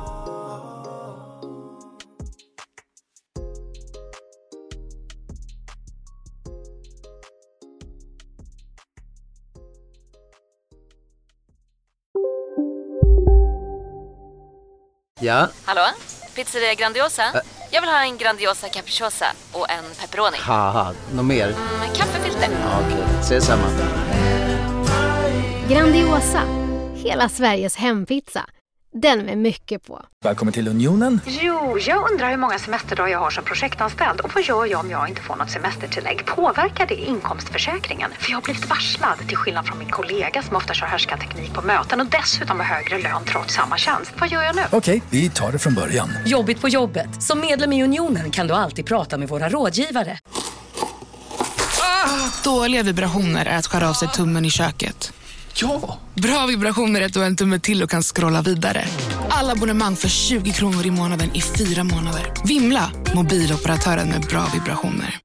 Ja? Hallå? Pizzeria Grandiosa? Ä Jag vill ha en Grandiosa capriciosa och en pepperoni. Haha, något mer? Mm, kaffefilter. Ja, okej, okay. Ses samma. Grandiosa, hela Sveriges hempizza. Den med mycket på. Välkommen till Unionen. Jo, jag undrar hur många semesterdagar jag har som projektanställd. Och vad gör jag om jag inte får något semestertillägg? Påverkar det inkomstförsäkringen? För jag har blivit varslad, till skillnad från min kollega som ofta kör härskarteknik på möten. Och dessutom har högre lön trots samma tjänst. Vad gör jag nu? Okej, vi tar det från början. Jobbigt på jobbet. Som medlem i Unionen kan du alltid prata med våra rådgivare. Ah! Dåliga vibrationer är att skära av sig tummen i köket. Ja! Bra vibrationer är att du har en tumme till och kan scrolla vidare. Alla abonnemang för tjugo kronor i månaden i fyra månader. Vimla, mobiloperatören med bra vibrationer.